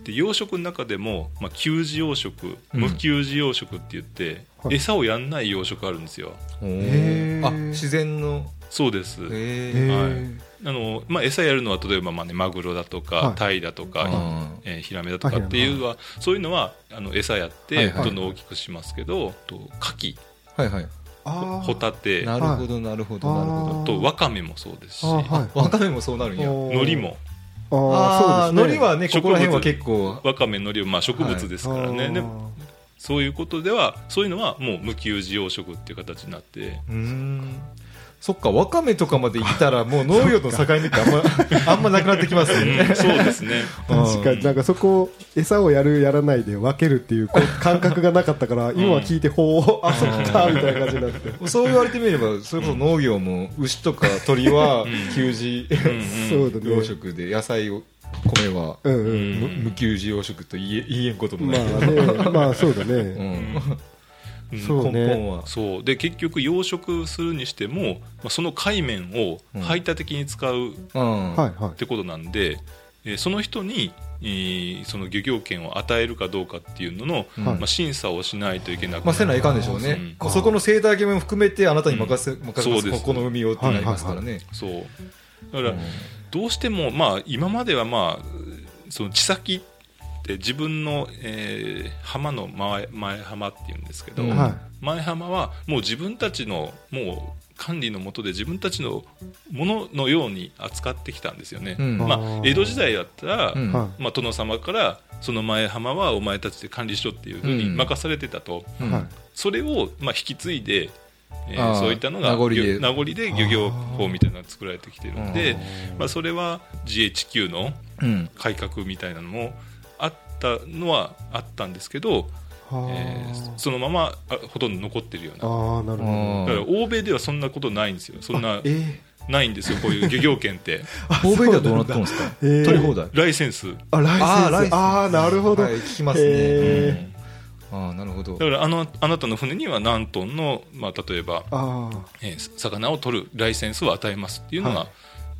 で養殖の中でも、まあ、給仕養殖、無給仕養殖って言って、うん、餌をやんない養殖あるんですよ。 へあ自然のそうです、へはいあのまあ、餌やるのは例えばまあ、ね、マグロだとか、はい、タイだとか、えー、ヒラメだとかっていうのはそういうのはあの餌やってどんどん大きくしますけど、とカキ、 はいはい、 ホタテ、 なるほどなるほどなるほど、 とワカメもそうですし、 はい、ワカメもそうなるんや。 海苔もああ、そうですね、海苔はねここら辺は結構ワカメ海苔はまあ植物ですからね、はい、でそういうことではそういうのはもう無給仕養殖っていう形になって、 うーんそっか、ワカメとかまで行ったらもう農業との境目ってあんまあんまなくなってきますね、 うん、そうですね確かになんかそこ餌をやるやらないで分けるっていう感覚がなかったから今聞いてほうあそっかみたいな感じになってそう言われてみればそれこそ農業も牛とか鳥は給仕養殖で野菜を米は無給仕養殖と言え言えんこともない、 まあね、まあそうだね、うんうん、そうね、根本はそうで結局養殖するにしても、まあ、その海面を排他的に使う、うん、ってことなんで、えー、その人に、えー、その漁業権を与えるかどうかっていうのの、うんまあ、審査をしないといけなくなる、 まあ、せないかんでしょうね、うん、そこの生態系も含めてあなたに任せ、うん、任せますここの海をってなりますからね、 はいはいはい、そうだから、うん、どうしても、まあ、今までは、まあ、その地先で自分の、えー、浜の前、前浜っていうんですけど、うん、前浜はもう自分たちのもう管理の下で自分たちのもののように扱ってきたんですよね、うんまあ、江戸時代だったら、うんまあ、殿様からその前浜はお前たちで管理しろっていうふうに任されてたと、うんうん、それを、まあ、引き継いで、えー、そういったのが名残で、名残で漁業法みたいなのが作られてきてるんで、まあ、それは ジーエイチキュー の改革みたいなのもあったのはあったんですけど、えー、そのままほとんど残ってるような。 あ、なるほど。 だから欧米ではそんなことないんですよ。そんな、えー、ないんですよ、こういう漁業権って欧米ではどうなってるんですか、えー、取り放題ライセンス。 あ、ライセンス。あ、ライセンス。あ、なるほど、 はい、聞きますね、えーうん、あ、なるほど。 だからあのあなたの船には何トンの、まあ、例えばあ、えー、魚を取るライセンスを与えますっていうのが、はい、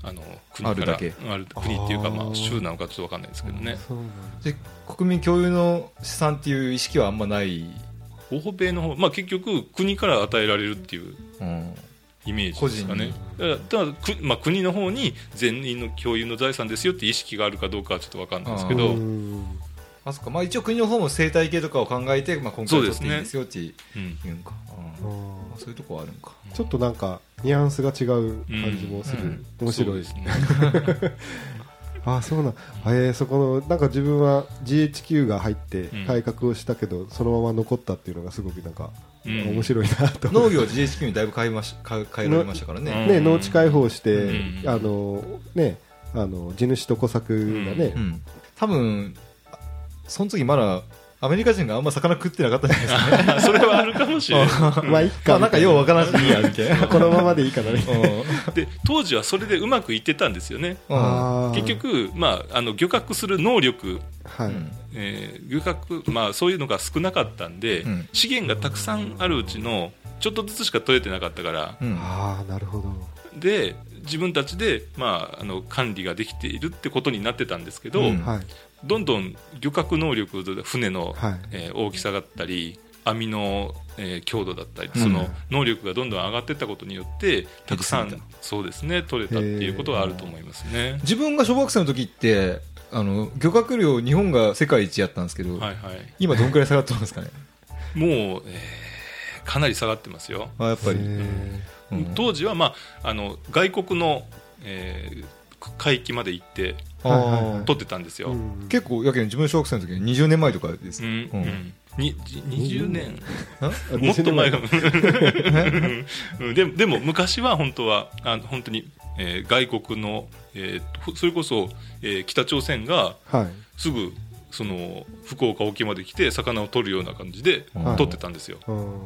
あの国からあるだけある国っていうか、まあ、州なのかちょっと分かんないですけどね。 で国民共有の資産っていう意識はあんまない。 欧米の方、まあ、結局国から与えられるっていうイメージですかね。だからだから、まあ、国の方に全員の共有の財産ですよっていう意識があるかどうかはちょっと分かんないですけど、 あそっか、まあ、一応国の方も生態系とかを考えて、まあ、今回取っていいんですよって言うんか、そう、ね、うん、そういうとこはあるんか。 ちょっとなんかニュアンスが違う感じもする、うん、面白いですね。ああそうなん、えー、そこのなんか自分は ジーエイチキュー が入って改革をしたけど、うん、そのまま残ったっていうのがすごくなんか、うん、面白いなと。 農業 ジーエイチキュー にだいぶ変えまし変えられましたからね。 ね、農地開放して、うん、あのね、あの地主と小作がね、うんうん、 多分その時まだアメリカ人があんま魚食ってなかったじゃないですかね。 それはあるかもしれない。 まあいいか、 なんかようわからんしいいやみたいな。 このままでいいかなね。 で当時はそれでうまくいってたんですよね。結局、まあ、あの漁獲する能力、はい、えー、漁獲、まあ、そういうのが少なかったんで、うん、資源がたくさんあるうちのちょっとずつしか取れてなかったから、 うん、ああなるほど。 で自分たちで、まあ、あの管理ができているってことになってたんですけど、うん、はい、どんどん漁獲能力、船の、はい、えー、大きさだったり網の、えー、強度だったり、うん、その能力がどんどん上がっていったことによってたくさん、そうですね、取れたっていうことはあると思いますね。 自分が小学生の時ってあの漁獲量日本が世界一やったんですけど、はいはい、今どんくらい下がってますかね。 もう、えー、かなり下がってますよ。 あやっぱり、 うん、当時は、まあ、あの外国の、えー、海域まで行って取ってたんですよ。 結構やけん自分小学生の時ににじゅうねんまえとかです、うんうん、 ににじゅうねんもっと前かもで, でも昔は本当はあの本当に、えー、外国の、えー、それこそ、えー、北朝鮮がすぐ、はい、その福岡沖まで来て魚を取るような感じで取ってたんですよ、はい、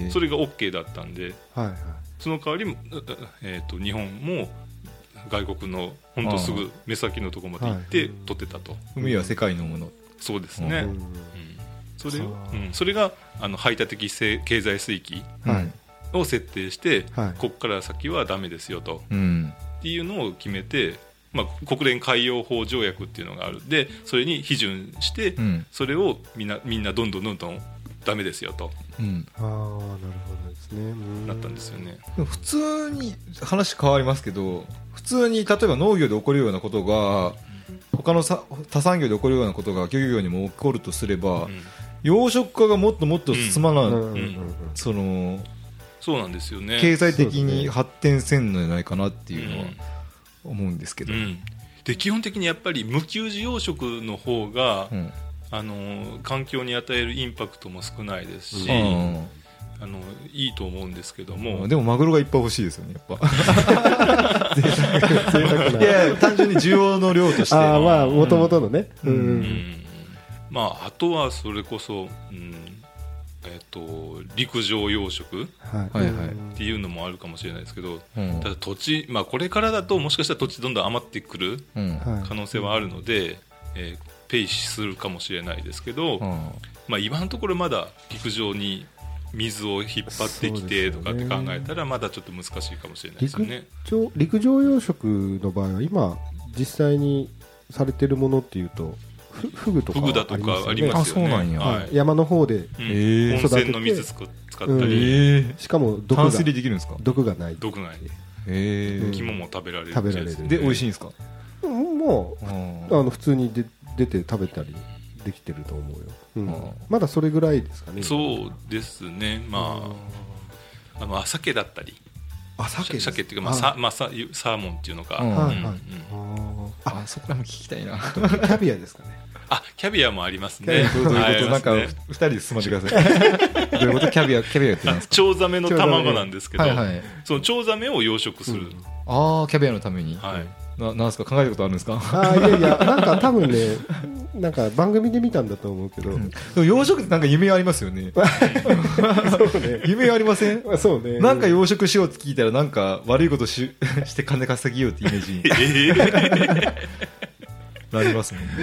それが OK だったんで、はいはい、その代わり、えー、と日本も外国の本当すぐ目先のところまで行って取ってたと。 海は世界のもの。 そうですね、うん、それ、うん、それがあの排他的経済水域を設定して、はい、ここから先はダメですよと、うん、っていうのを決めて、まあ、国連海洋法条約っていうのがあるんで、それに批准して、うん、それをみんな、みんなどんどんどんどんダメですよと、うん、 ああなるほどですね、 なったんですよね。 でも普通に話変わりますけど、普通に例えば農業で起こるようなことが他のさ他産業で起こるようなことが漁業にも起こるとすれば、うん、養殖化がもっともっと進まない、うんうん、そのそうなんですよね、 経済的に発展せんのじゃないかなっていうのは思うんですけど、うんうん、 で基本的にやっぱり無給児養殖の方が、うん、あの環境に与えるインパクトも少ないですし、うん、あのいいと思うんですけども、 でもマグロがいっぱい欲しいですよねやっぱ贅沢ないや単純に需要の量として、 あまあ元々のね、うんうんうん、 まああとはそれこそ、うんえー、と陸上養殖、はいはいはい、っていうのもあるかもしれないですけど、うん、ただ土地、まあ、これからだともしかしたら土地どんどん余ってくる可能性はあるので、うんえー、ペイするかもしれないですけど、うんまあ、今のところまだ陸上に水を引っ張ってきてとかって考えたらまだちょっと難しいかもしれないですよね。 陸上、陸上養殖の場合は今実際にされてるものっていうとフグとか、 フグだとかありますよね。あ、そうなんや、 はい、山の方で、うん、 温泉の水使ったり、うんえー、しかも毒が淡水でできるんですか？ 毒がない、 毒がない、 えー、 肝も食べられる、 食べられるで美味しいんですか？ うん、もうあの普通にで出て食べたりできてると思うよ、うん、まだそれぐらいですかね。 そうですね、まあ、あの鮭だったり、 あ鮭鮭っていうか、まあさまあ、サーモンっていうのか、うんはいはいうん、ああそこらも聞きたいな。 キャビアですかね。 あキャビアもありますね。 どういうこと、なんかふたりで進ませてください。どういうこと？キャビアキャビアって何ですか？ チョウザメの卵なんですけど、はいはい、そのチョウザメを養殖する、うん、 ああキャビアのために、はい、ななんですか、考えたことあるんですか？ あいやいやなんか多分ねなんか番組で見たんだと思うけど、うん、でも養殖ってなんか夢ありますよね。そうね、夢ありません？ そうね、 なんか養殖しようって聞いたらなんか悪いこと し, して金稼ぎようってイメージに、えー、なりますもんね。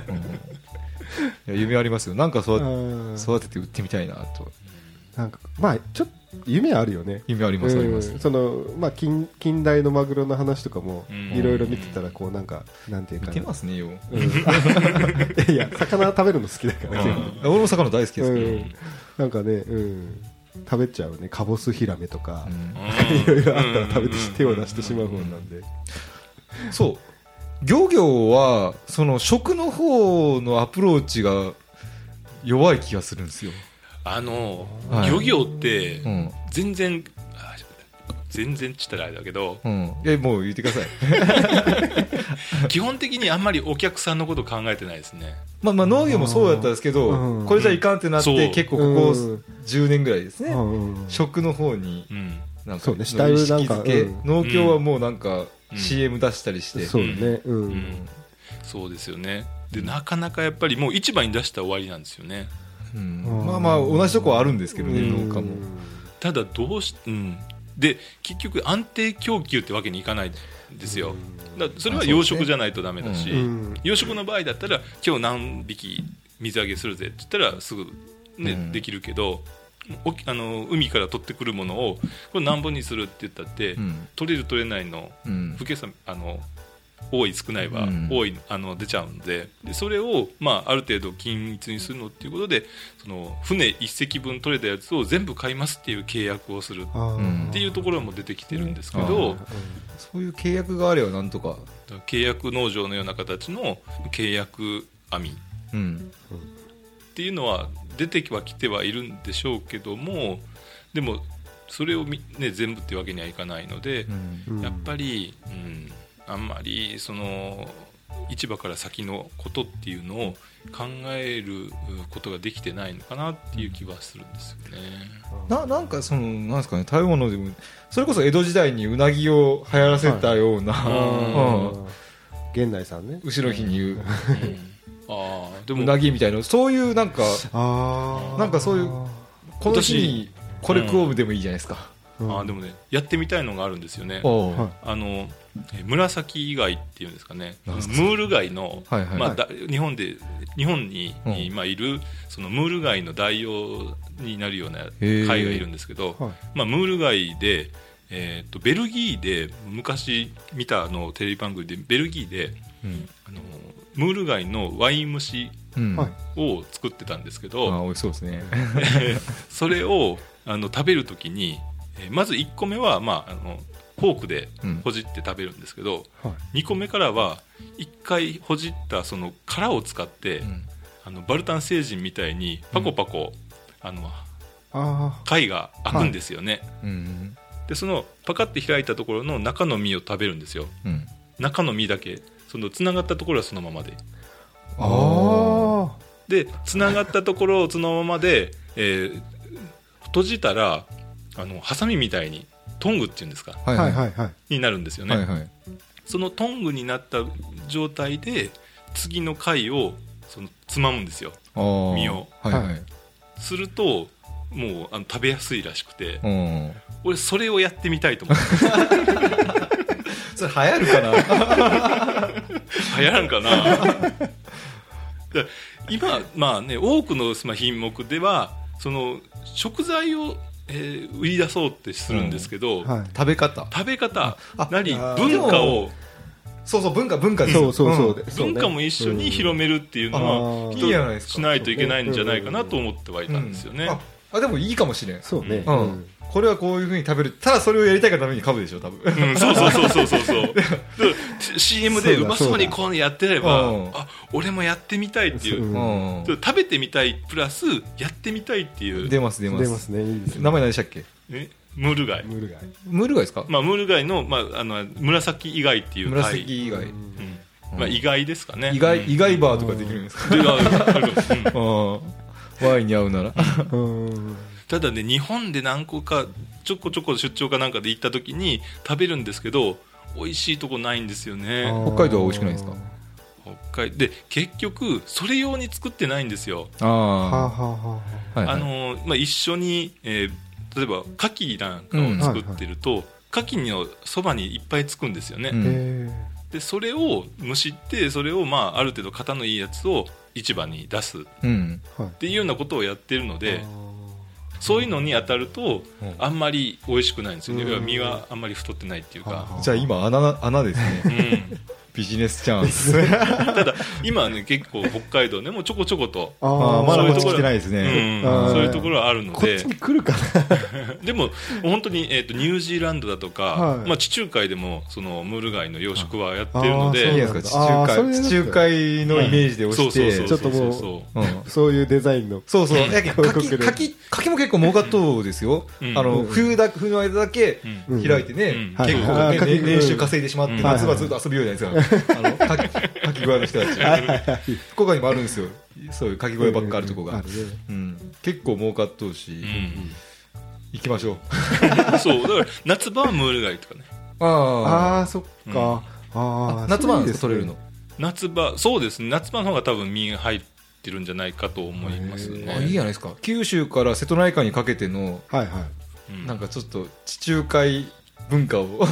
うん、いや夢ありますよ。なんか育てて売ってみたいなと。 なんかまあちょっ夢あるよね。 夢ありますあります、 うん、そのまあ 近, 近代のマグロの話とかもいろいろ見てたらこうなんかなんていうかな、 見てますねよ、 うん、いや魚食べるの好きだからね。 俺も魚大好きですけど、うん、 なんかね、うん、食べちゃうね。カボスヒラメとかいろいろあったら食べて手を出してしまうもんなんで、 そう漁業はその食の方のアプローチが弱い気がするんですよ。 あの、はい、漁業って全然、うん、全然ちったらあれだけど、 うん、えもう言ってください基本的にあんまりお客さんのこと考えてないですね。 まあ、まあ農業もそうだったんですけど、うん、これじゃいかんってなって、うん、結構ここじゅうねんぐらいですね、うん、食の方になんか意識づけ、うん、農協はもうなんか シーエム 出したりして、うん、 そうね、うんうん、 そうですよね。でなかなかやっぱりもう市場に出したら終わりなんですよね。 うん、まあまあ同じとこはあるんですけどね、農家も。 ただどうし、うん、で結局安定供給ってわけにいかないんですよ。だそれは養殖じゃないとダメだし、うん、養殖の場合だったら今日何匹水揚げするぜって言ったらすぐ、ねうん、できるけど、あの海から取ってくるものをこれ何本にするって言ったって、うん、取れる取れないの、うん、不計算あの多い少ないは、うん、多いあの出ちゃうん で, でそれを、まあ、ある程度均一にするのっていうことでその船いっ隻分取れたやつを全部買いますっていう契約をするっていうところも出てきてるんですけど、うん、 そういう契約があればなんとか契約農場のような形の契約網っていうのは出てはきてはいるんでしょうけども、でもそれを、ね、全部ってわけにはいかないので、うん、やっぱり、うんあんまりその市場から先のことっていうのを考えることができてないのかなっていう気はするんですよね。 な, なんかそのなんですかね、食べ物でもそれこそ江戸時代にうなぎを流行らせたような、 はい、うん、源内さんね後ろ日に言う、うん、 あでもうなぎみたいなそういうなんかあなんかそういうこの日にこれ食おうでもいいじゃないですか。 うん、あでもねやってみたいのがあるんですよね。あの紫貝っていうんですかね、ムール貝の、はいはいまあ、だ日本で日本に、うん、今いるそのムール貝の代用になるような貝がいるんですけど、はいまあ、ムール貝で、えー、とベルギーで昔見たのテレビ番組でベルギーで、うん、あのムール貝のワイン蒸しを作ってたんですけど、 うん、あ美味しそうですねそれをあの食べるときにまずいっこめは、まあ、あのフォークでほじって食べるんですけど、うんはい、にこめからはいっかいほじったその殻を使って、うん、あのバルタン星人みたいにパコパコ、うん、あのあ貝が開くんですよね、はいうん、でそのパカって開いたところの中の実を食べるんですよ、うん、中の実だけそのつながったところはそのままであでつながったところをそのままで、えー、閉じたらあのハサミみたいにトングっていうんですか、はいはいはい、になるんですよね、はいはい、そのトングになった状態で次の貝をそのつまむんですよ身を、はいはい、するともうあの食べやすいらしくて俺それをやってみたいと思ってそれ流行るかな流行らんかな今、まあね、多くの品目ではその食材をえー、売り出そうってするんですけど、 うんはい、食べ方食べ方なり文化をそうそう文化文化そうそうそう、 うん、文化も一緒に広めるっていうのは、うん、しないといけないんじゃないかなと思ってはいたんですよね、うん、 あ, あでもいいかもしれんそうね、 うんうん、これはこういう風に食べるただそれをやりたいがために買うでしょ多分、 うん、そうそうそうそうそうそうシーエム でうまそうにこうやってればあ俺もやってみたいっていう、うん、食べてみたいプラスやってみたいっていう出ます出ます出ますねいいですね名前何でしたっけえムール貝ムール貝ムール貝ですか、 まあ、ムール貝の、まあ、あの紫イガイっていう貝紫イガイ、うんまあ、意外ですかね意外、意外バーとかできるんですか、うん、ワインに合うならただね日本で何個かちょこちょこ出張かなんかで行った時に食べるんですけど美味しいとこないんですよね。 北海道は美味しくないですか。 北海で結局それ用に作ってないんですよ。 ああの、まあ、一緒に、えー、例えば牡蠣なんかを作ってると、うんはいはい、牡蠣のそばにいっぱいつくんですよね、うん、でそれを蒸してそれを、まあ、ある程度型のいいやつを市場に出すっていうようなことをやってるので、 そういうのに当たるとあんまり美味しくないんですよね、うん、身はあんまり太ってないっていうか、 じゃあ今 穴, 穴ですね、うんビジネスチャンスただ今はね結構北海道ねもうちょこちょことあまだこっち来てないですね、 うん、そういうところはあるのでこっちに来るかなでも本当に、えーと、ニュージーランドだとか、はいまあ、地中海でもそのムール貝の養殖はやってるのでいいですか地中海地中海のイメージで押してちょっともうそう、うん、そういうデザインのそうそう柿柿も結構儲かっとうですよ、うん、あの、うん、冬だ冬の間だけ開いてね、うん、結構、ねはい、年収稼いでしまって、うん、夏場ずっと遊びようじゃないですかあのかき小屋の人たち福岡にもあるんですよそういうかき小屋ばっかあるとこが、うん、結構儲かっとうし、うん、行きましょうそうだから夏場はムール貝とかねああそっか、うん、 あ夏場なんですか取れるの夏場そうですね夏場の方が多分身が入ってるんじゃないかと思いますねあいいじゃないですか九州から瀬戸内海にかけての、 はいはいうん、なんかちょっと地中海文化を、うん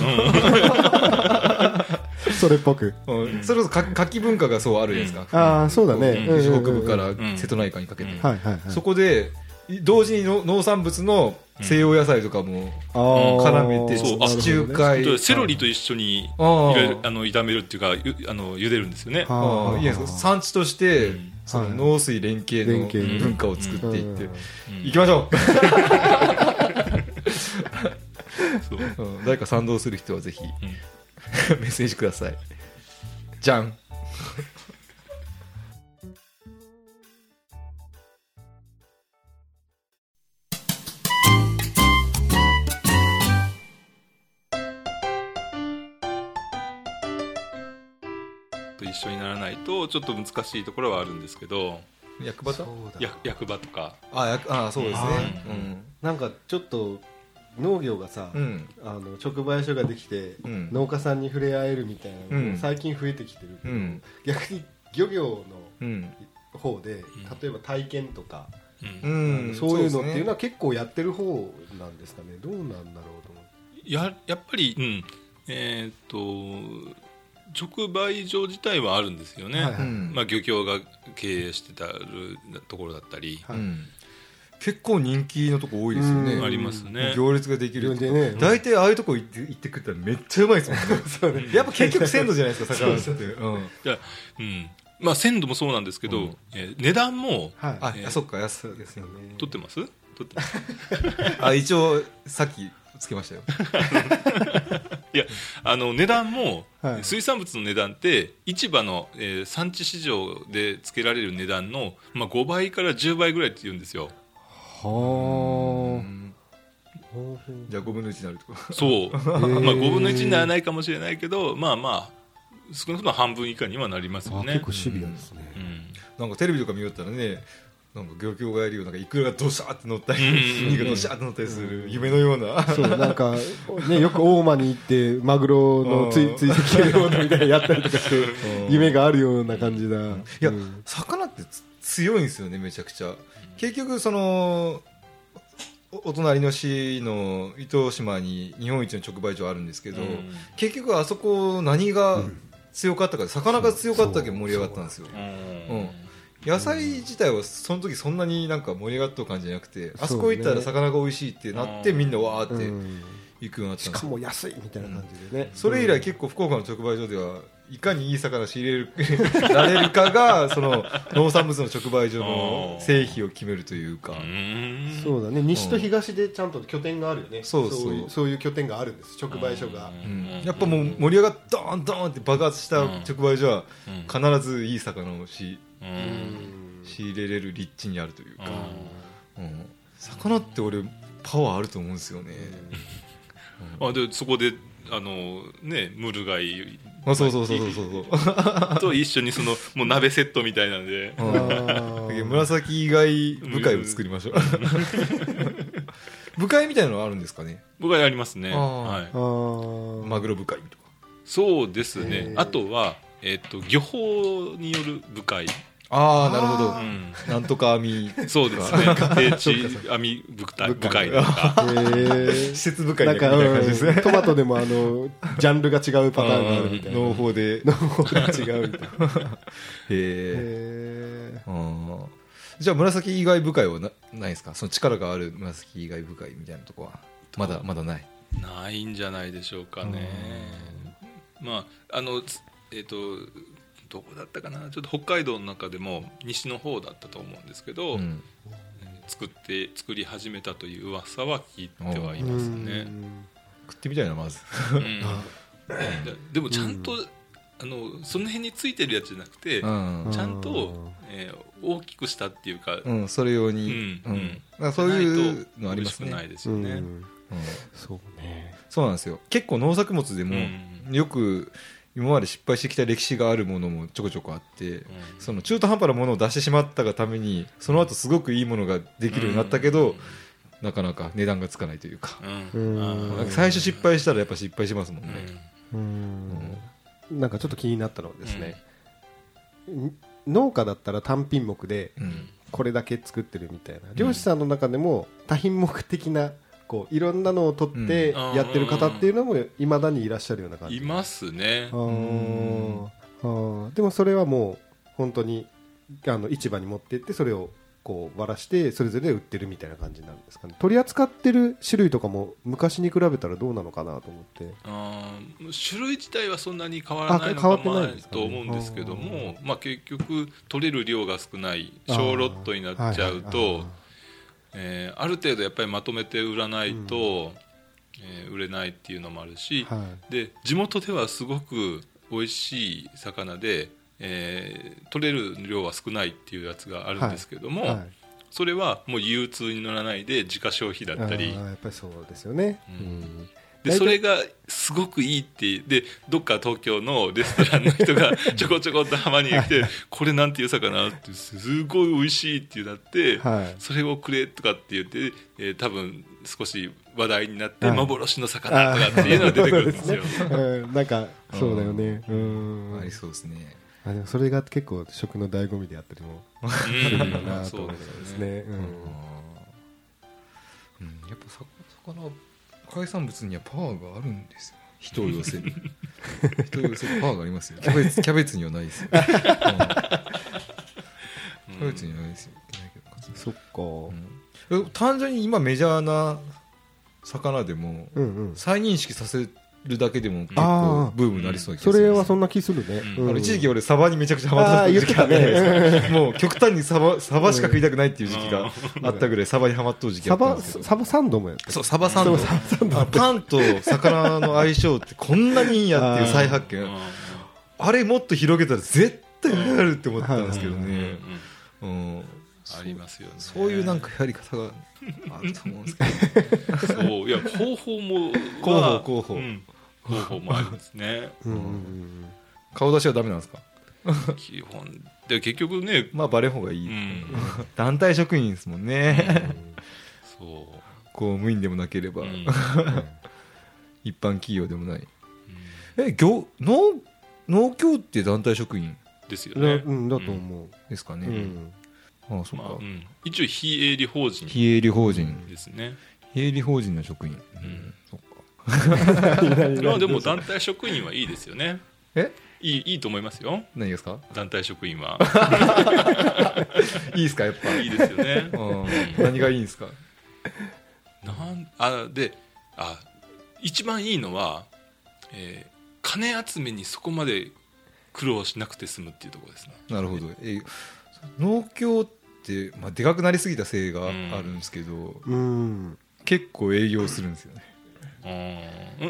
それっぽく、 うん、それこそか牡蠣文化がそうあるじゃないですか、 うん、ああそうだね九州北部から瀬戸内海にかけて、うんうん、そこで同時にの農産物の西洋野菜とかも絡めて、うん、地中海、 ね、セロリと一緒に入れあの炒めるっていうかあの茹でるんですよねあいや産地として、うん、その農水連携の文化を作っていって、うん、行きましょうそう、うん、誰か賛同する人はぜひ、うんメッセージくださいじゃんと一緒にならないとちょっと難しいところはあるんですけど役場と役場とかああそうですね、うん、 なんかちょっと農業がさ、うん、あの直売所ができて、うん、農家さんに触れ合えるみたいなのが最近増えてきてるけど、うん、逆に漁業の方で、うん、例えば体験とか、うん、そういうのっていうのは結構やってる方なんですかねどうなんだろうと思う や, やっぱり、うんえー、っと直売所自体はあるんですよね、はいはいまあ、漁協が経営してたるところだったり、はいうん結構人気のとこ多いですよねありますね行列ができるとね大体ああいうとこ行って行ってくったらめっちゃうまいですもんねそうねやっぱ結局鮮度じゃないですか魚ってそうそう、うん、 じゃあ、うんまあ、鮮度もそうなんですけど、うんえー、値段も、 はいあえー、あそっか安いですよね取ってます取ってますあ一応さっきつけましたよいやあの値段も、はい、水産物の値段って市場の、えー、産地市場でつけられる値段の、まあ、ごばいからじゅうばいぐらいって言うんですよはあじゃあごぶんのいちになるとかそう、まあ、ごぶんのいちにならないかもしれないけどまあまあ少なくとも半分以下にはなりますよね結構シビアですね、うん、 なんかテレビとか見よったらねなんか漁協がやるようなイクラがドシャーって乗ったりウニがドシャーって乗ったりする夢のようなそうなんか、ね、よく大間に行ってマグロの追跡のようなみたいなやったりとかして夢があるような感じだいや、うん、魚って強いんですよねめちゃくちゃ結局そのお隣の市の糸島に日本一の直売所あるんですけど、うん、結局あそこ何が強かったか魚が強かったけ盛り上がったんですよ、うん、野菜自体はその時そんなになんか盛り上がった感じじゃなくてあそこ行ったら魚が美味しいってなってみんなわーって行くようになったんですよ、 しかも安いみたいな感じでね、 それ以来結構福岡の直売所ではいかにいい魚仕入れるられるかがその農産物の直売所の成否を決めるというかそうだね西と東でちゃんと拠点があるよね、うん、 そうそうそういう、そういう拠点があるんです直売所が、 うん、やっぱもう盛り上がっドーンドーンって爆発した直売所は必ずいい魚をし、うん、仕入れれる立地にあるというか、うん、魚って俺パワーあると思うんですよね、 うん、あでそこであのねムール貝あそうそうそうそうそうと一緒にそのもう鍋セットみたいなんで紫貝部会を作りましょう部会みたいなのはあるんですかね部会ありますねあ、 はい、マグロ部会とかそうですねあとは、えー、と漁法による部会ああなるほど、うん、なんとか網そうですね定置網部会とか施設部会みたいな感じですね、 うん、トマトでもあのジャンルが違うパターンがあるみたいな農法で農法が違うみたいなへえじゃあ紫以外部会は な, ないですか？その力がある紫以外部会みたいなとこはまだまだないないんじゃないでしょうかね。まああのえっ、ー、とどこだったかな、ちょっと北海道の中でも西の方だったと思うんですけど、うん、作って作り始めたという噂は聞いてはいますね。 食ってみたいなまず、 うん、でもちゃんと、うん、あのその辺についてるやつじゃなくて、うん、ちゃんと、えー、大きくしたっていうか、 うん、それ用に、うんうん、うん、そういうのありますね。 ないですよね、うんうん、 そうね。 そうなんですよ。結構農作物でも、うん、よく今まで失敗してきた歴史があるものもちょこちょこあって、うん、その中途半端なものを出してしまったがためにその後すごくいいものができるようになったけど、うん、なかなか値段がつかないというか、うん、なんか最初失敗したらやっぱ失敗しますもんね、 うんうん、なんかちょっと気になったのはですね、うん、農家だったら単品目でこれだけ作ってるみたいな、漁師さんの中でも多品目的なこういろんなのを取ってやってる方っていうのもいまだにいらっしゃるような感じ。 いますね。ああでもそれはもう本当にあの市場に持ってってそれをこう割らしてそれぞれ売ってるみたいな感じなんですかね。取り扱ってる種類とかも昔に比べたらどうなのかなと思って。 あ種類自体はそんなに変わらないのかもないと思うんですけども、まあ、結局取れる量が少ない小ロットになっちゃうと、えー、ある程度やっぱりまとめて売らないと、うんえー、売れないっていうのもあるし、はい、で地元ではすごく美味しい魚で、えー、取れる量は少ないっていうやつがあるんですけども、はいはい、それはもう流通に乗らないで自家消費だったり。 あやっぱりそうですよね、 うんうんでそれがすごくいいってでどっか東京のレストランの人がちょこちょこっと浜に来てこれなんていう魚ってすごい美味しいってなって、はい、それをくれとかって言って、えー、多分少し話題になって幻の魚とかっていうのが出てくるんですよ。 うん、なんかそうだよね。うん、 ありそうですね。 あでもそれが結構食の醍醐味であったりもするんだなと思うんですね。うん、 やっぱ魚海産物にはパワーがあるんですよ。人を寄せる人を寄せるパワーがありますよ。キャベツ、キャベツにはないですよ、うん、キャベツにはないですよ。 そっか、 うん、単純に今メジャーな魚でも、うんうん、再認識させるだけでも結構ブームになりそうな気がする。 それはそんな気するね、 うん、あの一時期俺サバにめちゃくちゃハマった時期あったね。もう極端にサバ、サバしか食いたくないっていう時期があったぐらいサバにハマっとる時期あったんですけど。 サバサンドもやってそうサバサンドパンと魚の相性ってこんなにいいんやっていう再発見。あれもっと広げたら絶対あるって思ったんですけどね。 ありますよね。 そういうなんかやり方があると思うんですけど。 そういや方法も候補候補、 うん方法もありますね。うんうんうん、 顔出しはダメなんですか？ 基本で結局ね、 まあバレん方がいい、うん、団体職員ですもんね、 うん、そう公務員でもなければ、うん、一般企業でもない、うん、え業 農, 農協って団体職員ですよね、 うん、だと思う、うん、 ですかね、うん、ああそうか、まあうん、 一応非営利法人非営利法人ですね。 非営利法人の職員、うん、そっかまあでも団体職員はいいですよね。 えいい、いいと思いますよ。 何ですか？ 団体職員は。 いいですかやっぱ。 いいですよね。 うん、何がいいんですか？ なんあであ一番いいのは、えー、金集めにそこまで苦労しなくて済むっていうところですね。 なるほど。え農協って、まあ、でかくなりすぎたせいがあるんですけど、うん、結構営業するんですよね。うん、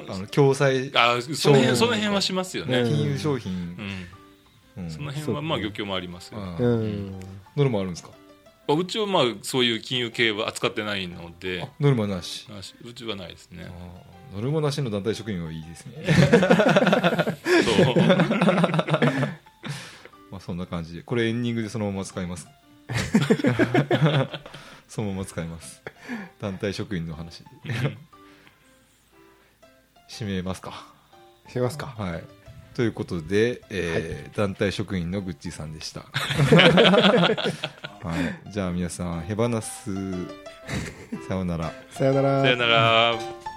あの共済あその辺その辺はしますよね。 金融商品、 うんうん、その辺はまあ漁協もありますよ。 ノルマあるんですか？ うちはまあそういう金融系は扱ってないので。 ノルマなし。 うちはないですね。 ノルマなしの団体職員はいいですね。 そうまあそんな感じでこれエンディングでそのまま使います。そのまま使います。団体職員の話。締めますか締めますか。 はい。ということで、えーはい、団体職員のグッチーさんでした。はい。じゃあ皆さん、ヘバナス、さよなら。 さよなら。 さよなら。